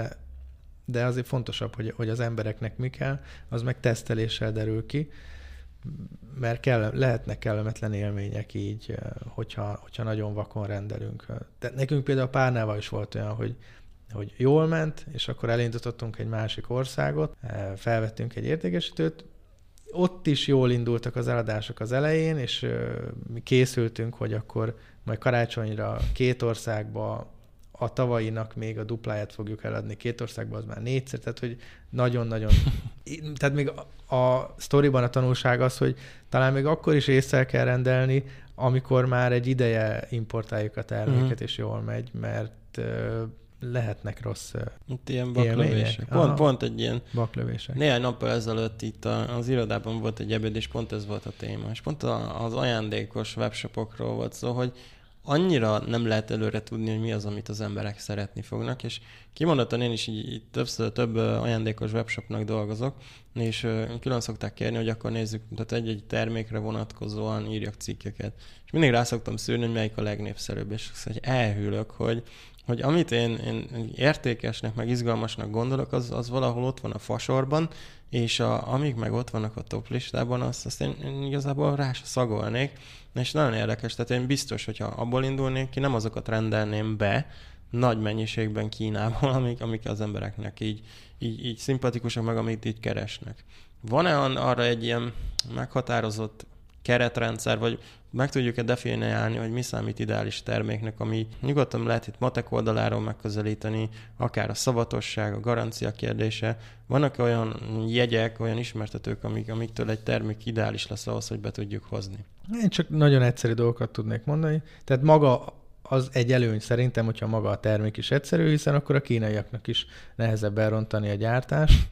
de azért fontosabb, hogy az embereknek mi kell, az meg teszteléssel derül ki, mert lehetnek kellemetlen élmények így, hogyha nagyon vakon rendelünk. De nekünk például a párnával is volt olyan, hogy jól ment, és akkor elindítottunk egy másik országot, felvettünk egy értékesítőt, ott is jól indultak az eladások az elején, és mi készültünk, hogy akkor majd karácsonyra 2 országba a tavalyinak még a dupláját fogjuk eladni, 2 országban az már 4-szer, tehát hogy nagyon-nagyon... Tehát még a sztoriban a tanulság az, hogy talán még akkor is észre kell rendelni, amikor már egy ideje importáljuk a terméket, és jól megy, mert lehetnek rossz ilyen baklövések. Pont egy ilyen... Baklövések. Néhány nappal ezelőtt itt az irodában volt egy ebéd, és pont ez volt a téma. És pont az ajándékos webshopokról volt szó, hogy annyira nem lehet előre tudni, hogy mi az, amit az emberek szeretni fognak, és kimondottan én is így több ajándékos webshopnak dolgozok, és külön szokták kérni, hogy akkor nézzük, tehát egy-egy termékre vonatkozóan írjak cikkeket. És mindig rá szoktam szűrni, hogy melyik a legnépszerűbb, és elhűlök, hogy hogy amit én értékesnek, meg izgalmasnak gondolok, az valahol ott van a fasorban, és amíg meg ott vannak a top listában, azt én igazából rá se szagolnék, és nagyon érdekes, tehát én biztos, hogyha abból indulnék ki, nem azokat rendelném be nagy mennyiségben Kínából, amik az embereknek így szimpatikusak, meg amit így keresnek. Van-e arra egy ilyen meghatározott keretrendszer, vagy meg tudjuk-e definiálni, hogy mi számít ideális terméknek, ami nyugodtan lehet itt matek oldaláról megközelíteni, akár a szavatosság, a garancia kérdése. Vannak olyan jegyek, olyan ismertetők, amiktől egy termék ideális lesz ahhoz, hogy be tudjuk hozni? Én csak nagyon egyszerű dolgokat tudnék mondani. Tehát maga az egy előny szerintem, hogyha maga a termék is egyszerű, hiszen akkor a kínaiaknak is nehezebb elrontani a gyártást.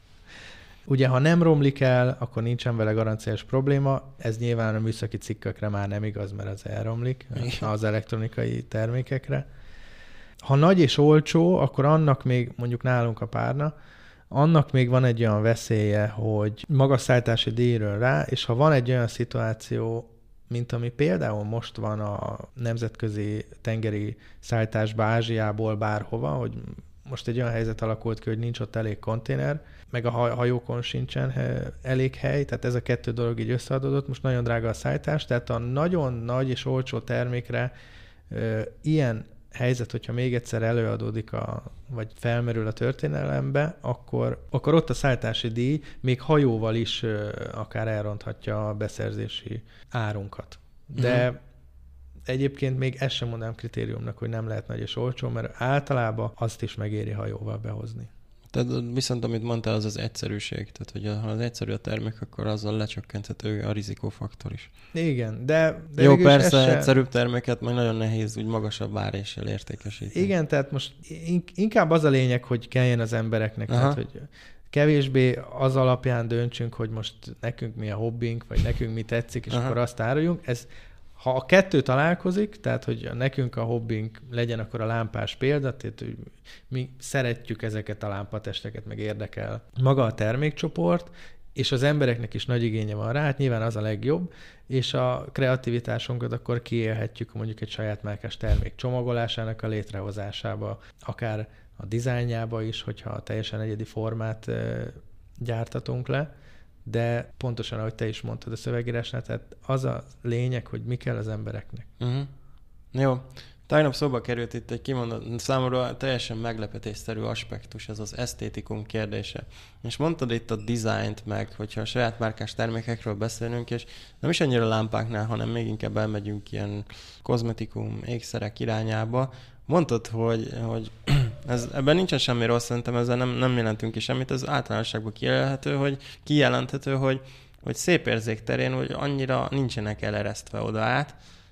Ugye, ha nem romlik el, akkor nincsen vele garanciás probléma. Ez nyilván a műszaki cikkekre már nem igaz, mert az elromlik az elektronikai termékekre. Ha nagy és olcsó, akkor annak még, mondjuk nálunk a párna, annak még van egy olyan veszélye, hogy magas szállítási díjról rá, és ha van egy olyan szituáció, mint ami például most van a nemzetközi tengeri szállításba Ázsiából bárhova, hogy most egy olyan helyzet alakult ki, hogy nincs ott elég konténer, meg a hajókon sincsen elég hely, tehát ez a kettő dolog így összeadódott, most nagyon drága a szállítás, tehát a nagyon nagy és olcsó termékre ilyen helyzet, hogyha még egyszer előadódik, vagy felmerül a történelembe, akkor ott a szállítási díj még hajóval is akár elronthatja a beszerzési árunkat. De egyébként még ezt sem mondanám kritériumnak, hogy nem lehet nagy és olcsó, mert általában azt is megéri hajóval behozni. Tehát viszont amit mondtál, az az egyszerűség. Tehát, hogy ha az egyszerű a termék, akkor azzal lecsökkenthető a rizikófaktor is. Igen, de jó, persze, egyszerűbb terméket meg nagyon nehéz úgy magasabb áréssel értékesíteni. Igen, tehát most inkább az a lényeg, hogy kelljen az embereknek. Tehát, hogy kevésbé az alapján döntsünk, hogy most nekünk mi a hobbink, vagy nekünk mi tetszik, és akkor azt áruljunk. Ha a kettő találkozik, tehát hogy nekünk a hobbink legyen akkor a lámpás példa, tehát hogy mi szeretjük ezeket a lámpatesteket, meg érdekel maga a termékcsoport, és az embereknek is nagy igénye van rá, hát nyilván az a legjobb, és a kreativitásunkat akkor kiélhetjük mondjuk egy saját márkás termék csomagolásának a létrehozásába, akár a dizájnjába is, hogyha teljesen egyedi formát gyártatunk le, de pontosan, ahogy te is mondtad a szövegírásnál, tehát az a lényeg, hogy mi kell az embereknek. Jó. Tegnap szóba került itt egy kimondott, számomra teljesen meglepetésszerű aspektus, ez az esztétikum kérdése. És mondtad itt a dizájnt meg, hogyha a saját márkás termékekről beszélünk, és nem is annyira lámpáknál, hanem még inkább elmegyünk ilyen kozmetikum, ékszerek irányába. Mondtad, hogy ebben nincsen semmi rossz, szerintem ezzel nem jelentünk ki semmit, ez általánosságban kijelenthető, hogy szép érzék terén, hogy annyira nincsenek eleresztve oda át,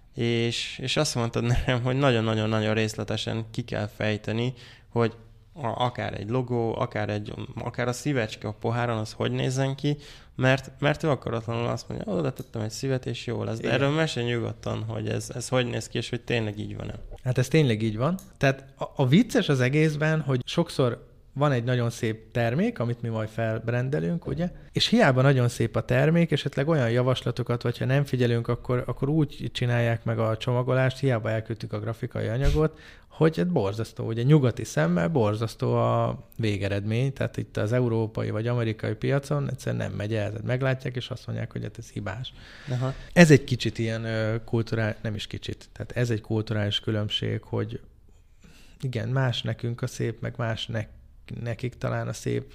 és azt mondtad nekem, hogy nagyon-nagyon-nagyon részletesen ki kell fejteni, hogy akár egy logó, akár a szívecske a poháron, az hogy nézzen ki, mert ő akaratlanul azt mondja, oda tettem egy szívet, és jó lesz. De erről mesélj nyugodtan, hogy ez hogy néz ki, és hogy tényleg így van-e. Hát ez tényleg így van. Tehát a vicces az egészben, hogy sokszor van egy nagyon szép termék, amit mi majd felbrendelünk, ugye? És hiába nagyon szép a termék, esetleg olyan javaslatokat, vagy ha nem figyelünk, akkor úgy csinálják meg a csomagolást, hiába elküldtük a grafikai anyagot, hogy borzasztó, ugye nyugati szemmel borzasztó a végeredmény, tehát itt az európai vagy amerikai piacon egyszerűen nem megy el, tehát meglátják, és azt mondják, hogy hát ez hibás. Aha. Ez egy kicsit ilyen kulturális, nem is kicsit, tehát ez egy kulturális különbség, hogy igen, más nekünk a szép, meg más nekik talán a szép,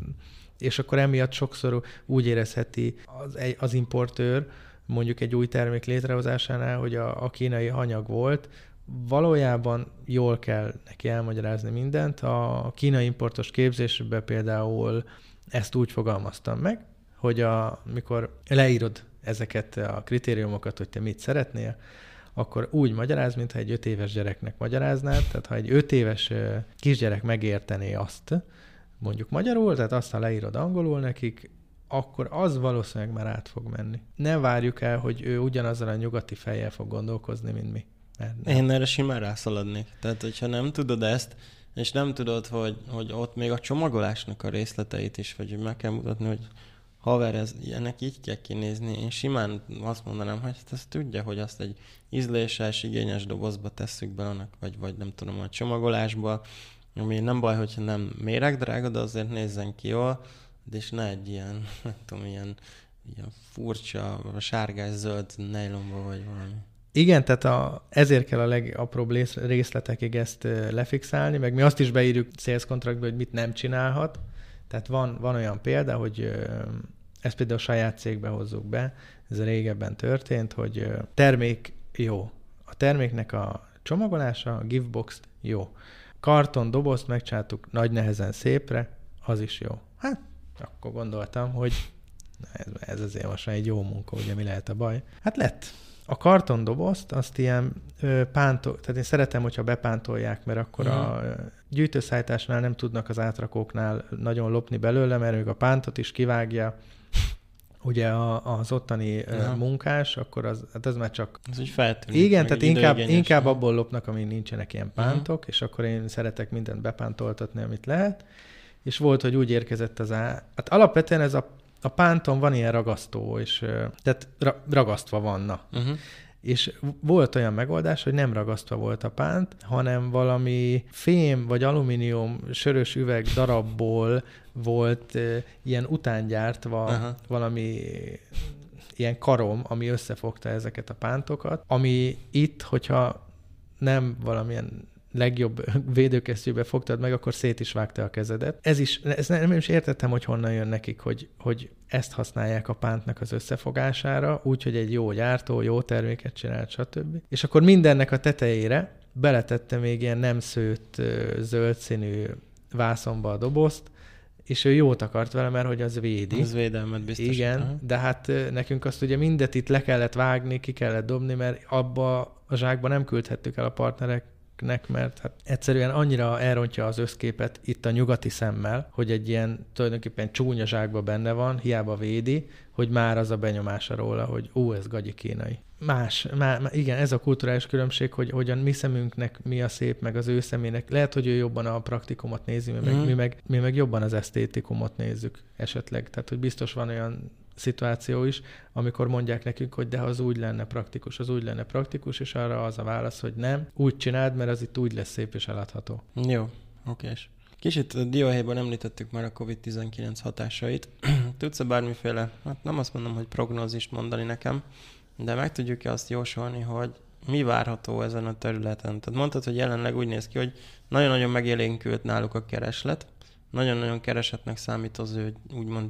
és akkor emiatt sokszor úgy érezheti az importőr, mondjuk egy új termék létrehozásánál, hogy a kínai anyag volt, valójában jól kell neki elmagyarázni mindent. A kínai importos képzésben például ezt úgy fogalmaztam meg, hogy mikor leírod ezeket a kritériumokat, hogy te mit szeretnél, akkor úgy magyaráz, mintha egy 5 éves gyereknek magyaráznád. Tehát ha egy 5 éves kisgyerek megértené azt, mondjuk magyarul, tehát azt, ha leírod angolul nekik, akkor az valószínűleg már át fog menni. Ne várjuk el, hogy ő ugyanazzal a nyugati fejjel fog gondolkozni, mint mi. Én erre simán rászaladnék. Tehát, hogyha nem tudod ezt, és nem tudod, hogy ott még a csomagolásnak a részleteit is, vagy meg kell mutatni, hogy haver, ennek így kell kinézni. Én simán azt mondanám, hogy ezt tudja, hogy azt egy ízléses, igényes dobozba tesszük be annak, vagy nem tudom, a csomagolásba, ami nem baj, hogyha nem méregdrága, de azért nézzen ki jól, és ne egy ilyen, nem tudom, ilyen furcsa, sárgás-zöld nejlomba vagy valami. Igen, tehát ezért kell a legapróbb részletekig ezt lefixálni, meg mi azt is beírjuk sales contractba, hogy mit nem csinálhat. Tehát van olyan példa, hogy ezt például a saját cégbe hozzuk be, ez régebben történt, hogy termék jó. A terméknek a csomagolása, a giftbox jó. Karton, dobozt megcsináltuk nagy nehezen szépre, az is jó. Hát, akkor gondoltam, hogy ez azért most egy jó munka, ugye mi lehet a baj. Hát lett. A kartondobozt azt ilyen tehát én szeretem, hogyha bepántolják, mert akkor a gyűjtőszállításnál nem tudnak az átrakóknál nagyon lopni belőle, mert ők a pántot is kivágja. Ugye az ottani munkás, akkor az már csak... Ez úgy feltűnik. Igen, tehát inkább abból lopnak, amin nincsenek ilyen pántok, és akkor én szeretek mindent bepántoltatni, amit lehet. És volt, hogy úgy érkezett hát alapvetően ez a pánton van ilyen ragasztó, és tehát ragasztva vanna. És volt olyan megoldás, hogy nem ragasztva volt a pánt, hanem valami fém vagy alumínium sörös üveg darabból volt ilyen utángyártva valami ilyen karom, ami összefogta ezeket a pántokat, ami itt, hogyha nem valamilyen legjobb védőkesztyűbe fogtad meg, akkor szét is vágta a kezedet. Ezt nem is értettem, hogy honnan jön nekik, hogy ezt használják a pántnak az összefogására, úgyhogy egy jó gyártó, jó terméket csinált, stb. És akkor mindennek a tetejére beletette még ilyen nem szőtt zöld színű vászonba a dobozt, és ő jót akart vele, mert hogy az védi. Az védelmet biztos. Igen, de hát nekünk azt ugye mindet itt le kellett vágni, ki kellett dobni, mert abba a zsákba nem küldhettük el a partnereknek, mert hát egyszerűen annyira elrontja az összképet itt a nyugati szemmel, hogy egy ilyen tulajdonképpen csúnya zsákba benne van, hiába védi, hogy már az a benyomása róla, hogy ez gagyi kínai. Igen, ez a kulturális különbség, hogy a mi szemünknek mi a szép, meg az ő szemének. Lehet, hogy ő jobban a praktikumot nézi, mi meg jobban az esztétikumot nézzük esetleg. Tehát, hogy biztos van olyan szituáció is, amikor mondják nekünk, hogy de az úgy lenne praktikus, és arra az a válasz, hogy nem, úgy csináld, mert az itt úgy lesz szép és eladható. Jó, okés. Kicsit dióhéjban említettük már a COVID-19 hatásait. Tudsz-e bármiféle, hát nem azt mondom, hogy prognózist mondani nekem, de meg tudjuk-e azt jósolni, hogy mi várható ezen a területen? Tehát mondtad, hogy jelenleg úgy néz ki, hogy nagyon-nagyon megélénkült náluk a kereslet, nagyon-nagyon keresetnek számít az ő úgymond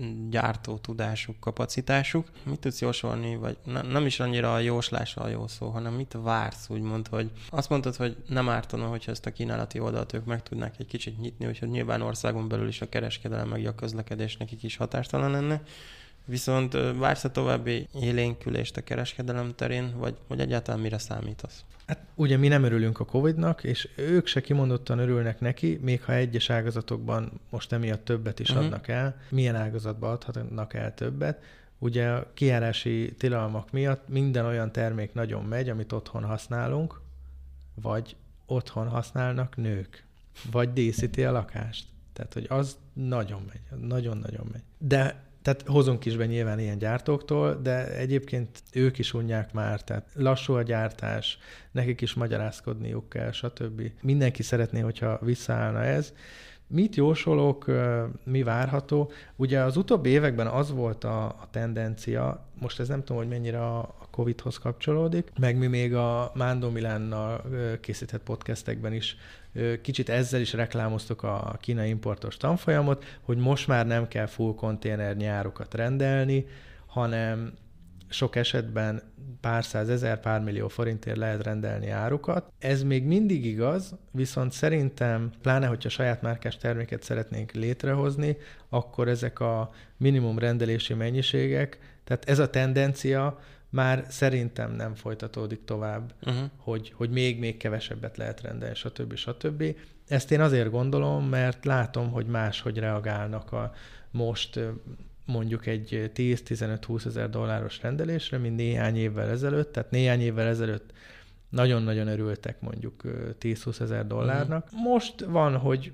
gyártó tudásuk, kapacitásuk. Mit tudsz jósolni, vagy nem is annyira a jóslása a jó szó, hanem mit vársz, úgymond, hogy azt mondtad, hogy nem ártana, hogyha ezt a kínálati oldalt ők meg tudnák egy kicsit nyitni, úgyhogy nyilván országon belül is a kereskedelem meg a közlekedés nekik is hatástalan lenne. Viszont vársz a további élénkülést a kereskedelem terén, vagy egyáltalán mire számítasz? Hát ugye mi nem örülünk a Covid-nak, és ők se kimondottan örülnek neki, még ha egyes ágazatokban most emiatt többet is adnak el. Milyen ágazatban adhatnak el többet? Ugye a kijárási tilalmak miatt minden olyan termék nagyon megy, amit otthon használunk, vagy otthon használnak nők, vagy díszíti a lakást. Tehát, hogy az nagyon megy, nagyon-nagyon megy. De tehát hozunk is be nyilván ilyen gyártóktól, de egyébként ők is unják már, tehát lassú a gyártás, nekik is magyarázkodniuk kell, stb. Mindenki szeretné, hogyha visszaállna ez. Mit jósolok, mi várható? Ugye az utóbbi években az volt a tendencia, most ez nem tudom, hogy mennyire a Covid-hoz kapcsolódik, meg mi még a Mándó Milánnal készített podcastekben is kicsit ezzel is reklámoztuk a kínai importos tanfolyamot, hogy most már nem kell full konténer nyárukat rendelni, hanem sok esetben pár százezer, pár millió forintért lehet rendelni árukat. Ez még mindig igaz, viszont szerintem, pláne, hogyha saját márkás terméket szeretnénk létrehozni, akkor ezek a minimum rendelési mennyiségek, tehát ez a tendencia már szerintem nem folytatódik tovább, hogy még kevesebbet lehet rendelni, stb. Ezt én azért gondolom, mert látom, hogy máshogy reagálnak most mondjuk egy 10-15-20 ezer dolláros rendelésre, mint néhány évvel ezelőtt. Tehát néhány évvel ezelőtt nagyon-nagyon örültek mondjuk 10-20 ezer dollárnak. Most van, hogy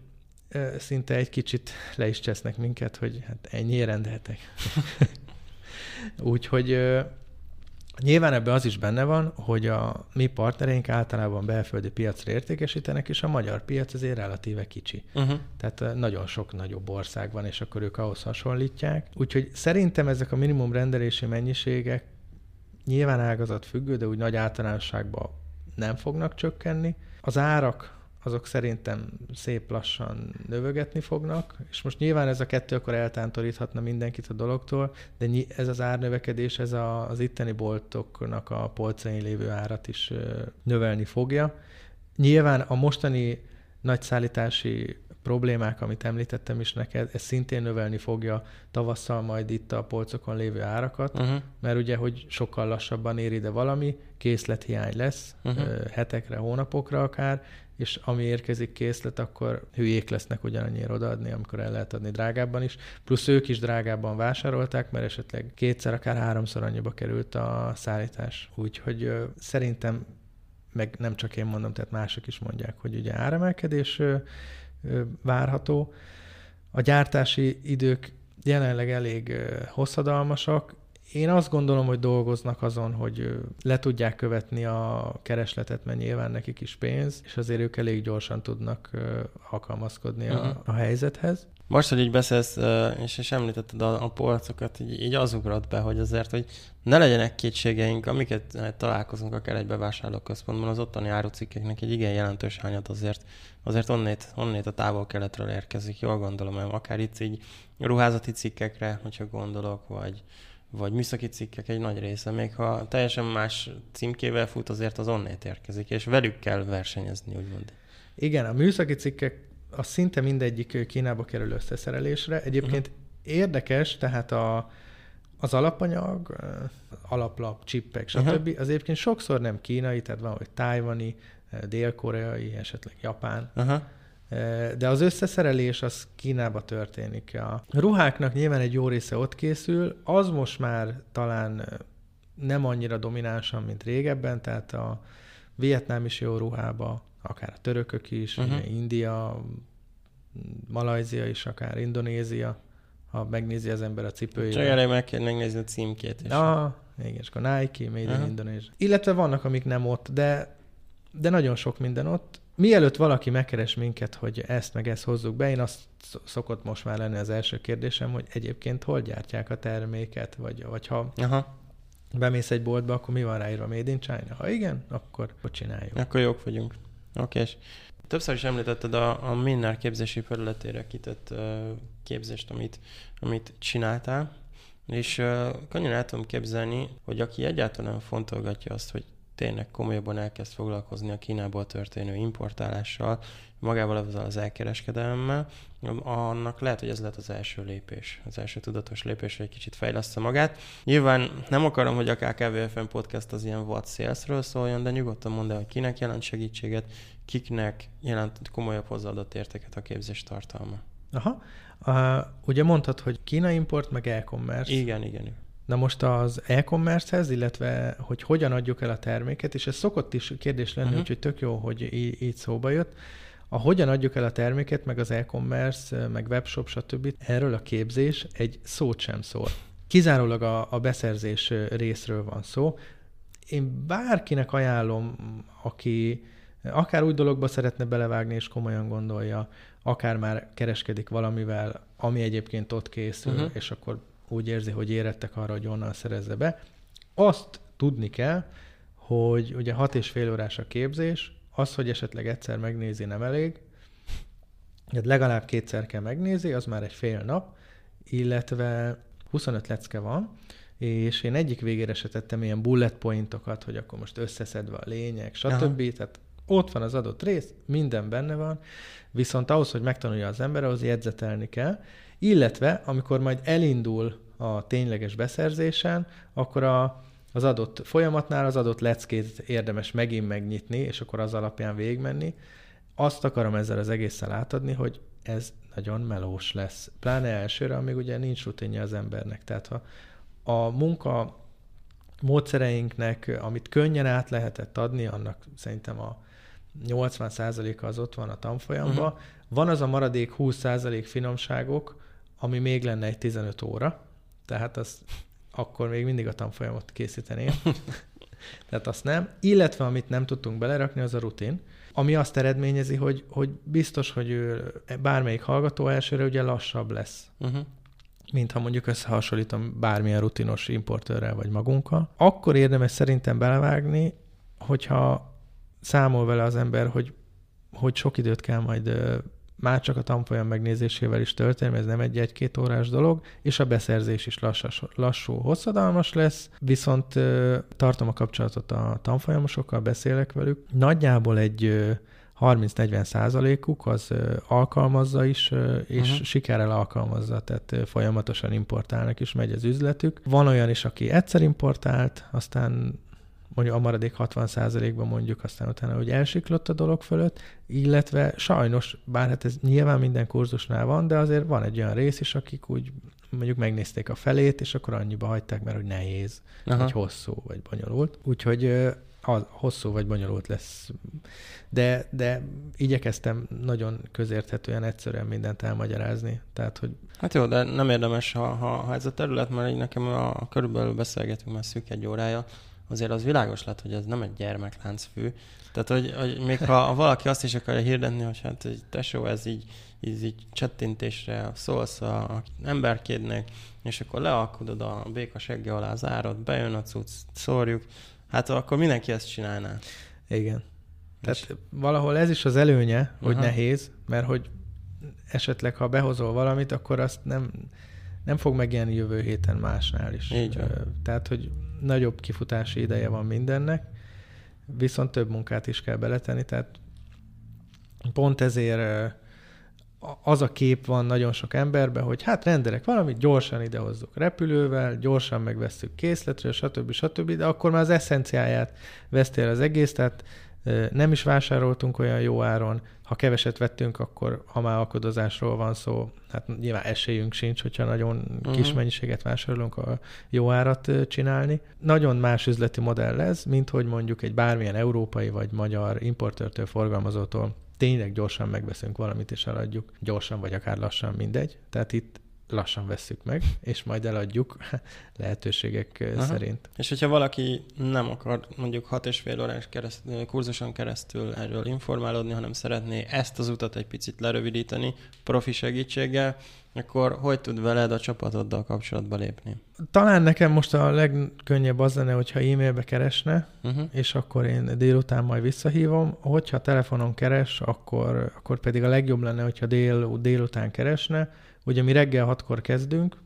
szinte egy kicsit le is csesznek minket, hogy hát ennyire rendeltek. Úgyhogy nyilván ebben az is benne van, hogy a mi partnereink általában belföldi piacra értékesítenek, és a magyar piac azért relatíve kicsi. Tehát nagyon sok nagyobb ország van, és akkor ők ahhoz hasonlítják. Úgyhogy szerintem ezek a minimum rendelési mennyiségek nyilván ágazat függő, de úgy nagy általánosságban nem fognak csökkenni. Az árak azok szerintem szép lassan növögetni fognak, és most nyilván ez a kettő akkor eltántoríthatna mindenkit a dologtól, de ez az árnövekedés, ez az itteni boltoknak a polcain lévő árat is növelni fogja. Nyilván a mostani nagy szállítási problémák, amit említettem is neked, ez szintén növelni fogja tavasszal majd itt a polcokon lévő árakat, mert ugye, hogy sokkal lassabban ér ide valami, készlethiány lesz, hetekre, hónapokra akár, és ami érkezik készlet, akkor hülyék lesznek ugyanannyira odaadni, amikor el lehet adni drágábban is. Plusz ők is drágábban vásárolták, mert esetleg 2-szer, akár 3-szor annyiba került a szállítás. Úgyhogy szerintem, meg nem csak én mondom, tehát mások is mondják, hogy ugye áremelkedés várható. A gyártási idők jelenleg elég hosszadalmasak. Én azt gondolom, hogy dolgoznak azon, hogy le tudják követni a keresletet, mert nyilván nekik is pénz, és azért ők elég gyorsan tudnak alkalmazkodni a helyzethez. Most, hogy így beszélsz, és említetted a polcokat, így az ugrott be, hogy azért, hogy ne legyenek kétségeink, amiket találkozunk akár egy bevásárlóközpontban, az ottani árucikkeknek egy igen jelentős hányat azért onnét a távol-keletről érkezik, jól gondolom, akár itt így ruházati cikkekre, hogyha gondolok, vagy műszaki cikkek egy nagy része, még ha teljesen más címkével fut, azért az onnét érkezik, és velük kell versenyezni, úgymond. Igen, a műszaki cikkek az szinte mindegyik Kínába kerül összeszerelésre. Egyébként érdekes, tehát az alapanyag, alaplap, csippek, stb. Az egyébként sokszor nem kínai, tehát van, hogy tájvani, dél-koreai, esetleg japán. De az összeszerelés az Kínába történik. A ruháknak nyilván egy jó része ott készül, az most már talán nem annyira dominánsan, mint régebben, tehát a Vietnám is jó ruhába, akár a törökök is, India, Malajzia is, akár Indonézia, ha megnézi az ember a cipőjét. Csak elég meg kell megnézni a címkét is. Igen, és akkor Nike, Made in Indonesia. Illetve vannak, amik nem ott, de nagyon sok minden ott. Mielőtt valaki megkeres minket, hogy ezt meg ezt hozzuk be, én azt szokott most már lenni az első kérdésem, hogy egyébként hol gyártják a terméket, vagy ha bemész egy boltba, akkor mi van ráírva, Made in China? Ha igen, akkor csináljuk. Akkor jók vagyunk. Oké, és többször is említetted a Minnar képzési felületére kitett képzést, amit csináltál, és könnyen el tudom képzelni, hogy aki egyáltalán fontolgatja azt, hogy tényleg komolyabban elkezd foglalkozni a Kínából történő importálással, magával az elkereskedelemmel, annak lehet, hogy ez lett az első lépés, az első tudatos lépés, hogy egy kicsit fejleszte magát. Nyilván nem akarom, hogy a KKV-FM podcast az ilyen what salesről szóljon, de nyugodtan mondd el, hogy kinek jelent segítséget, kiknek jelent komolyabb hozzáadott értéket a képzés tartalma. Ugye mondtad, hogy Kína import, meg e-commerce. Igen. Na most az e-commercehez, illetve hogy hogyan adjuk el a terméket, és ez szokott is kérdés lenni, úgyhogy tök jó, hogy így szóba jött. A hogyan adjuk el a terméket, meg az e-commerce, meg webshop, stb. Erről a képzés egy szót sem szól. Kizárólag a beszerzés részről van szó. Én bárkinek ajánlom, aki akár úgy dologba szeretne belevágni, és komolyan gondolja, akár már kereskedik valamivel, ami egyébként ott készül, és akkor úgy érzi, hogy érettek arra, hogy onnan szerezze be. Azt tudni kell, hogy ugye 6,5 órás a képzés, az, hogy esetleg egyszer megnézi, nem elég. Legalább 2-szer kell megnézni, az már egy fél nap, illetve 25 lecke van, és én egyik végére se tettem ilyen bullet pointokat, hogy akkor most összeszedve a lényeg, stb. Tehát ott van az adott rész, minden benne van, viszont ahhoz, hogy megtanulja az ember, ahhoz jegyzetelni kell, illetve amikor majd elindul a tényleges beszerzésen, akkor az adott folyamatnál az adott leckét érdemes megint megnyitni, és akkor az alapján végigmenni. Azt akarom ezzel az egésszel átadni, hogy ez nagyon melós lesz. Pláne elsőre, amíg ugye nincs rutinja az embernek. Tehát ha a munka módszereinknek, amit könnyen át lehetett adni, annak szerintem 80%-a az ott van a tanfolyamban. Van az a maradék 20% finomságok, ami még lenne egy 15 óra, tehát az akkor még mindig a tanfolyamot készíteném. Tehát azt nem. Illetve amit nem tudtunk belerakni, az a rutin, ami azt eredményezi, hogy biztos, hogy ő bármelyik hallgató elsőre ugye lassabb lesz. Mint ha mondjuk összehasonlítom bármilyen rutinos importőrrel vagy magunkkal. Akkor érdemes szerintem belevágni, hogyha számol vele az ember, hogy sok időt kell majd már csak a tanfolyam megnézésével is történni, ez nem egy-két órás dolog, és a beszerzés is lassú, hosszadalmas lesz, viszont tartom a kapcsolatot a tanfolyamosokkal, beszélek velük. Nagyjából egy 30-40%-uk az alkalmazza is, és sikerrel alkalmazza, tehát folyamatosan importálnak is, megy az üzletük. Van olyan is, aki egyszer importált, aztán mondjuk a maradék 60%-ban mondjuk, aztán utána úgy elsiklott a dolog fölött, illetve sajnos, bár hát ez nyilván minden kurzusnál van, de azért van egy olyan rész is, akik úgy mondjuk megnézték a felét, és akkor annyiba hagyták, mert hogy nehéz, vagy hosszú, vagy bonyolult. Úgyhogy hosszú vagy bonyolult lesz. De igyekeztem nagyon közérthetően, egyszerűen mindent elmagyarázni. Tehát, hogy... Hát jó, de nem érdemes, ha ez a terület, mert nekem körülbelül beszélgetünk már szűk egy órája, azért az világos lett, hogy ez nem egy gyermekláncfű. Tehát, hogy még ha valaki azt is akarja hirdetni, hogy hát tesó, ez így csettintésre szólsz az emberkédnek, és akkor lealkudod a béka segge alá az árat, bejön a cucc, szórjuk, hát akkor mindenki ezt csinálná. Igen. Tehát valahol ez is az előnye, hogy nehéz, mert hogy esetleg, ha behozol valamit, akkor azt nem fog megjelenni jövő héten másnál is. Így van. Tehát, hogy nagyobb kifutási ideje van mindennek, viszont több munkát is kell beletenni, tehát pont ezért az a kép van nagyon sok emberben, hogy hát rendelek valamit, gyorsan idehozzuk repülővel, gyorsan megvesszük készletről, stb., de akkor már az eszenciáját vesztél az egész, tehát nem is vásároltunk olyan jó áron, ha keveset vettünk, akkor ha már alkudozásról van szó, hát nyilván esélyünk sincs, hogyha nagyon kis mennyiséget vásárolunk, a jó árat csinálni. Nagyon más üzleti modell ez, mint hogy mondjuk egy bármilyen európai vagy magyar importőrtől, forgalmazótól tényleg gyorsan megveszünk valamit és eladjuk. Gyorsan vagy akár lassan, mindegy. Tehát itt lassan vesszük meg, és majd eladjuk lehetőségek szerint. És hogyha valaki nem akar mondjuk 6,5 órás kurzuson keresztül erről informálódni, hanem szeretné ezt az utat egy picit lerövidíteni profi segítséggel, akkor hogy tud veled a csapatoddal kapcsolatba lépni? Talán nekem most a legkönnyebb az lenne, hogyha e-mailbe keresne, és akkor én délután majd visszahívom. Hogyha telefonon keres, akkor pedig a legjobb lenne, hogyha délután keresne. Ugye mi reggel 6-kor kezdünk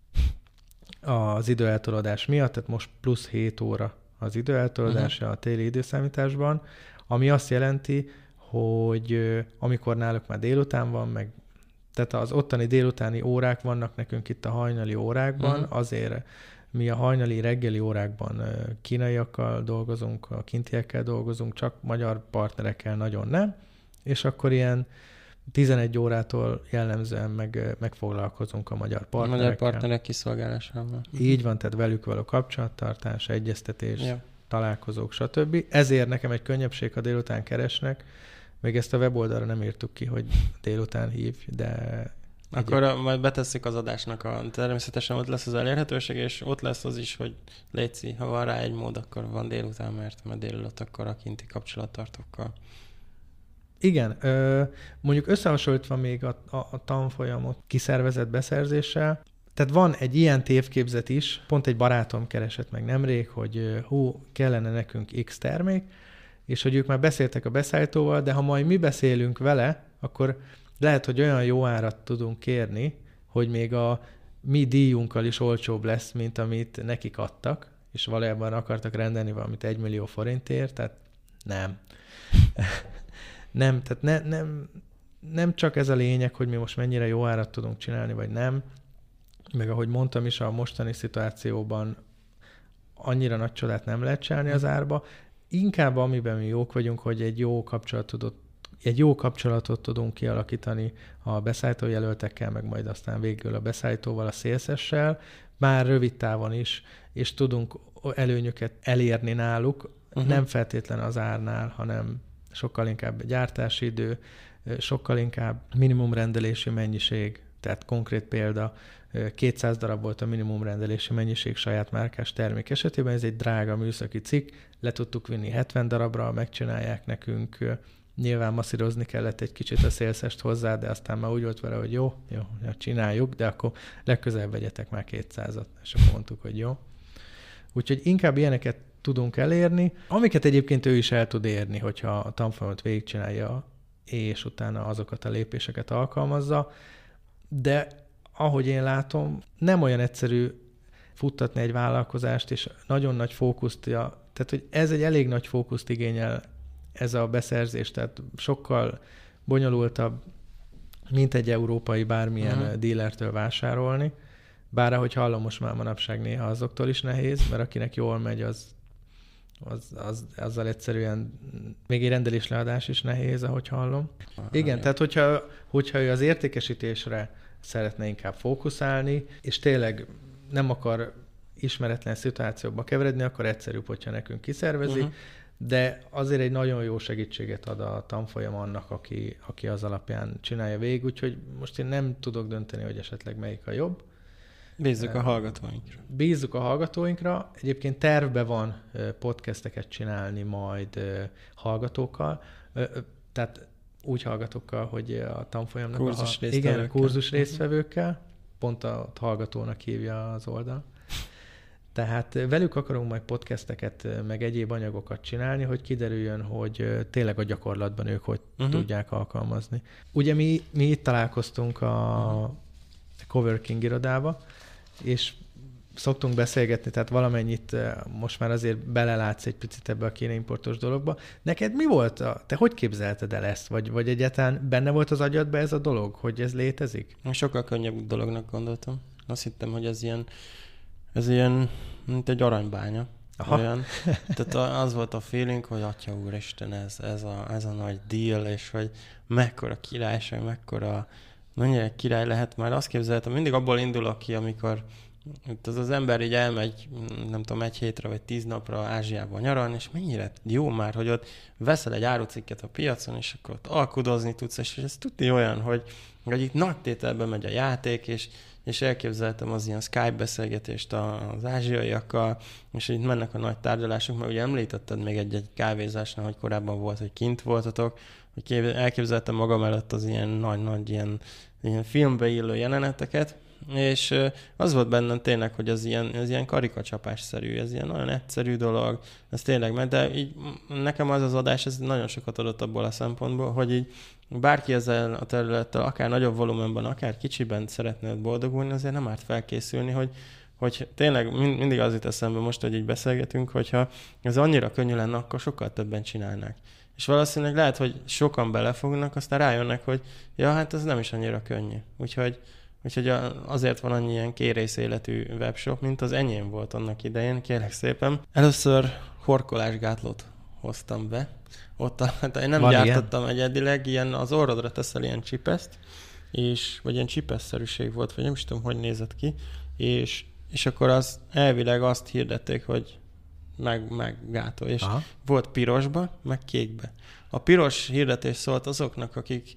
az időeltolódás miatt, tehát most plusz 7 óra az időeltolódása a téli időszámításban, ami azt jelenti, hogy amikor náluk már délután van, tehát az ottani délutáni órák vannak nekünk itt a hajnali órákban, azért mi a hajnali reggeli órákban kínaiakkal dolgozunk, a kintiekkel dolgozunk, csak magyar partnerekkel nagyon nem, és akkor ilyen 11 órától jellemzően megfoglalkozunk a magyar partnerekkel. A magyar partnerek kiszolgálásával. Így van, tehát velük való kapcsolattartás, egyeztetés, találkozók, stb. Ezért nekem egy könnyebbség, ha délután keresnek. Még ezt a weboldalra nem írtuk ki, hogy délután hívj, de... Akkor majd betesszük az adásnak, természetesen ott lesz az elérhetőség, és ott lesz az is, hogy létszi, ha van rá egy mód, akkor van délután, mert délelőtt akkor a kinti kapcsolattartókkal. Igen, mondjuk összehasonlítva még a tanfolyamot kiszervezett beszerzéssel, tehát van egy ilyen tévképzet is, pont egy barátom keresett meg nemrég, hogy kellene nekünk X termék, és hogy ők már beszéltek a beszállítóval, de ha majd mi beszélünk vele, akkor lehet, hogy olyan jó árat tudunk kérni, hogy még a mi díjunkkal is olcsóbb lesz, mint amit nekik adtak, és valójában akartak rendelni valamit 1 millió forintért, tehát nem. Nem, tehát nem csak ez a lényeg, hogy mi most mennyire jó árat tudunk csinálni, vagy nem, meg ahogy mondtam is, a mostani szituációban annyira nagy csodát nem lehet csinálni az árba. Inkább amiben mi jók vagyunk, hogy egy jó kapcsolatot tudunk kialakítani a beszállítójelöltekkel, meg majd aztán végül a beszállítóval, a szélszessel, már rövid távon is, és tudunk előnyöket elérni náluk, nem feltétlen az árnál, hanem sokkal inkább gyártási idő, sokkal inkább minimum rendelési mennyiség, tehát konkrét példa, 200 darab volt a minimum rendelési mennyiség saját márkás termék esetében, ez egy drága műszaki cikk, le tudtuk vinni 70 darabra, megcsinálják nekünk, nyilván masszírozni kellett egy kicsit a szélszest hozzá, de aztán már úgy volt vele, hogy jó, csináljuk, de akkor legközelebb vegyetek már 200-at, és akkor mondtuk, hogy jó. Úgyhogy inkább ilyeneket tudunk elérni, amiket egyébként ő is el tud érni, hogyha a tanfolyamot végigcsinálja, és utána azokat a lépéseket alkalmazza, de ahogy én látom, nem olyan egyszerű futtatni egy vállalkozást, és nagyon nagy fókuszt, tehát hogy ez egy elég nagy fókuszt igényel ez a beszerzés, tehát sokkal bonyolultabb, mint egy európai bármilyen dílertől vásárolni, bár ahogy hallom, most már manapság néha azoktól is nehéz, mert akinek jól megy, azzal egyszerűen még egy rendelésleadás is nehéz, ahogy hallom. Igen, tehát hogyha ő az értékesítésre szeretne inkább fókuszálni, és tényleg nem akar ismeretlen szituációkba keveredni, akkor egyszerűbb, hogyha nekünk kiszervezi, de azért egy nagyon jó segítséget ad a tanfolyam annak, aki az alapján csinálja végig, úgyhogy most én nem tudok dönteni, hogy esetleg melyik a jobb. Bízzuk a hallgatóinkra. Bízzuk a hallgatóinkra. Egyébként tervben van podcasteket csinálni majd hallgatókkal, tehát úgy hallgatókkal, hogy a tanfolyamnak a kurzus résztvevőkkel, pont a hallgatónak hívja az oldal. Tehát velük akarunk majd podcasteket, meg egyéb anyagokat csinálni, hogy kiderüljön, hogy tényleg a gyakorlatban ők hogy tudják alkalmazni. Ugye mi itt találkoztunk a coworking irodába, és szoktunk beszélgetni, tehát valamennyit most már azért belelátsz egy picit ebbe a kínaimportos dologba. Neked mi volt? Te hogy képzelted el ezt? Vagy egyáltalán benne volt az agyadban ez a dolog, hogy ez létezik? Sokkal könnyebb dolognak gondoltam. Azt hittem, hogy ez ilyen mint egy aranybánya. Olyan. Tehát az volt a feeling, hogy atya úristen, ez a nagy deal, és hogy mekkora királyság, mennyire király lehet már. Azt képzeltem, mindig abból indulok ki, amikor az ember így elmegy, nem tudom, 1 hétre vagy 10 napra Ázsiába nyaralni, és mennyire jó már, hogy ott veszel egy árucikket a piacon, és akkor ott alkudozni tudsz, és ez tudni olyan, hogy itt nagy tételben megy a játék, és elképzeltem az ilyen Skype beszélgetést az ázsiaiakkal, és itt mennek a nagy tárgyalások, mert ugye említetted még egy kávézásnál, hogy korábban volt, hogy kint voltatok, hogy elképzeltem magam előtt az ilyen nagy ilyen filmbe illő jeleneteket, és az volt bennem tényleg, hogy ez ilyen karikacsapásszerű, ez ilyen nagyon egyszerű dolog, ez tényleg megy, de így nekem az adás, ez nagyon sokat adott abból a szempontból, hogy így bárki ezzel a területtel, akár nagyobb volumenben, akár kicsiben szeretnél boldogulni, azért nem árt felkészülni, hogy tényleg mindig az jut eszembe most, hogy így beszélgetünk, hogyha ez annyira könnyű lenne, akkor sokkal többen csinálnák. És valószínűleg lehet, hogy sokan belefognak, aztán rájönnek, hogy ja, hát ez nem is annyira könnyű. Úgyhogy azért van annyi ilyen kérész életű webshop, mint az enyém volt annak idején, kérlek szépen. Először horkolásgátlót hoztam be. Ott én nem gyártottam egyedileg, ilyen az orrodra teszel ilyen csipeszt, vagy ilyen csipeszszerűség volt, vagy nem is tudom, hogy nézett ki, és akkor az elvileg azt hirdették, hogy meggátol, és volt pirosba, meg kékbe. A piros hirdetés szólt azoknak,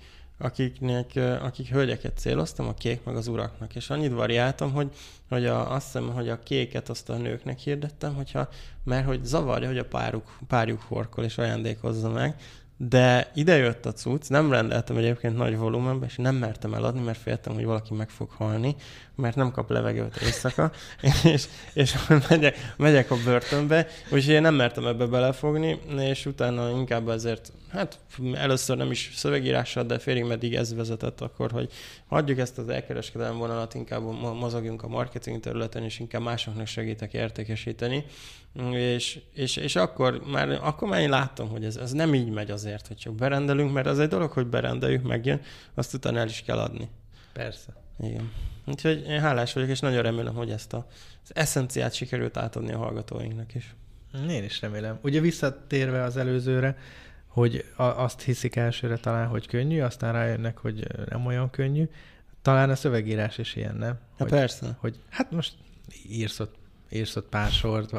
akik hölgyeket céloztam, a kék meg az uraknak, és annyit variáltam, hogy azt hiszem, hogy a kéket azt a nőknek hirdettem, mert hogy zavarja, hogy a párjuk horkol és ajándékozza meg, de ide jött a cucc, nem rendeltem egyébként nagy volumenben, és nem mertem eladni, mert féltem, hogy valaki meg fog halni, mert nem kap levegőt éjszaka, és megyek a börtönbe, úgyhogy én nem mertem ebbe belefogni, és utána inkább ezért, hát először nem is szövegírással, de félig meddig ez vezetett akkor, hogy hagyjuk ezt az elkereskedelmi vonalat, inkább mozogjunk a marketing területen, és inkább másoknak segítek értékesíteni, és akkor már én láttam, hogy ez nem így megy azért, hogy csak berendelünk, mert az egy dolog, hogy berendeljük, megjön, azt utána el is kell adni. Persze. Igen. Úgyhogy én hálás vagyok, és nagyon remélem, hogy ezt az eszenciát sikerült átadni a hallgatóinknak is. Én is remélem. Ugye visszatérve az előzőre, hogy azt hiszik elsőre talán, hogy könnyű, aztán rájönnek, hogy nem olyan könnyű. Talán a szövegírás is ilyen, nem? Persze. Hogy hát most írsz ott pár sort,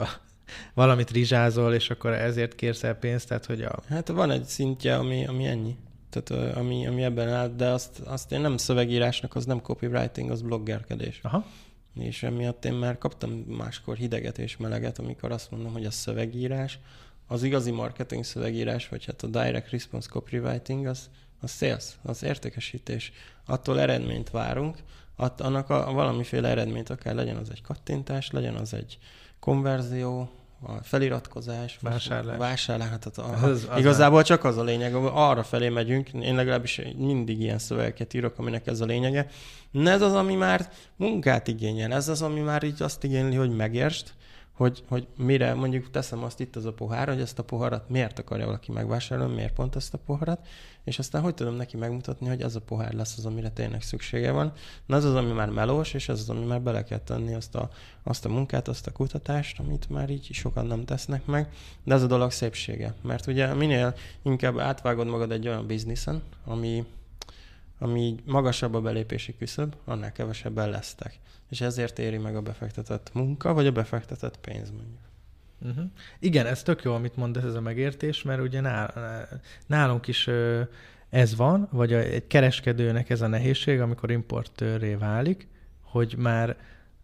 valamit rizsázol, és akkor ezért kérsz el pénzt, tehát hogy Hát van egy szintje, ami ennyi. Tehát ami ebben áll, de azt én nem szövegírásnak, az nem copywriting, az bloggerkedés. Aha. És emiatt én már kaptam máskor hideget és meleget, amikor azt mondom, hogy a szövegírás, az igazi marketing szövegírás, vagy hát a direct response copywriting, az sales, az értékesítés. Attól eredményt várunk, annak valamiféle eredményt, akár legyen az egy kattintás, legyen az egy konverzió, a feliratkozás, vásárlás. Igazából csak az a lényeg, arra felé megyünk, én legalábbis mindig ilyen szövegeket írok, aminek ez a lényege. Ez az, ami már munkát igényel, ez az, ami már így azt igényli, hogy megértsd, hogy mire, mondjuk teszem azt itt az a pohár, hogy ezt a poharat miért akarja valaki megvásárolni, miért pont ezt a poharat, és aztán hogy tudom neki megmutatni, hogy ez a pohár lesz az, amire tényleg szüksége van. Na ez az, ami már melós, és ez az, ami már bele kell tenni azt a munkát, azt a kutatást, amit már így sokan nem tesznek meg, de ez a dolog szépsége. Mert ugye minél inkább átvágod magad egy olyan bizniszen, ami magasabb a belépési küszöb, annál kevesebben lesztek. És ezért éri meg a befektetett munka, vagy a befektetett pénz mondjuk. Uh-huh. Igen, ez tök jó, amit mondasz, ez a megértés, mert ugye nálunk is ez van, vagy egy kereskedőnek ez a nehézség, amikor importőrré válik, hogy már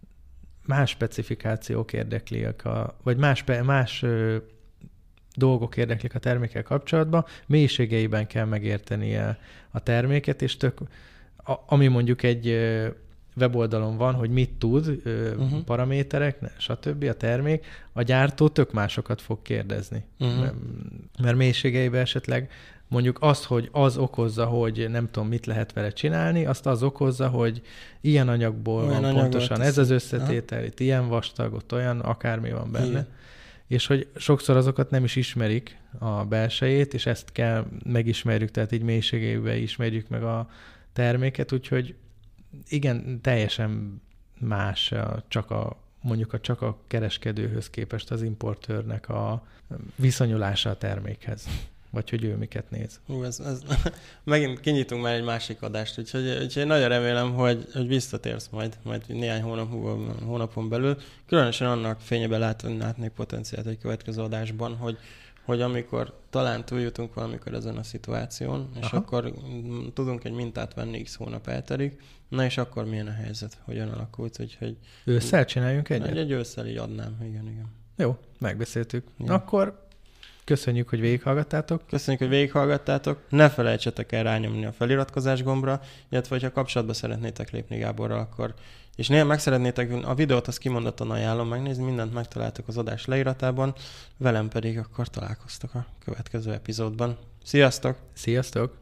más specifikációk érdeklik, vagy más dolgok érdeklik a termékkel kapcsolatban, mélységeiben kell megértenie a terméket, és ami mondjuk egy weboldalon van, hogy mit tud, paraméterek, stb. A termék, a gyártó tök másokat fog kérdezni. Mert mélységeiben esetleg mondjuk azt, hogy az okozza, hogy nem tudom, mit lehet vele csinálni, azt az okozza, hogy ilyen anyagból olyan van pontosan ez az összetétel, itt ilyen vastag, ott olyan akármi van benne. Igen. És hogy sokszor azokat nem is ismerik a belsejét, és ezt kell megismerjük, tehát így mélységeiben ismerjük meg a terméket, úgyhogy igen, teljesen más csak a kereskedőhöz képest az importőrnek a viszonyulása a termékhez. Vagy hogy ő miket néz. Megint kinyitunk már egy másik adást, úgyhogy nagyon remélem, hogy visszatérsz majd néhány hónapon belül. Különösen annak fényében látnék potenciált egy következő adásban, hogy amikor talán túljutunk valamikor ezen a szituáción, és akkor tudunk egy mintát venni, x hónap eltelik, na és akkor milyen a helyzet, hogyan alakult, úgyhogy... Ősszel csináljunk egyet? Egy ősszel így adnám, igen. Jó, megbeszéltük. Ja. Akkor köszönjük, hogy végighallgattátok. Ne felejtsetek el rányomni a feliratkozás gombra, illetve hogyha kapcsolatba szeretnétek lépni Gáborral, akkor és néha meg szeretnétek, a videót azt kimondottan ajánlom megnézni, mindent megtaláltok az adás leíratában, velem pedig akkor találkoztok a következő epizódban. Sziasztok! Sziasztok!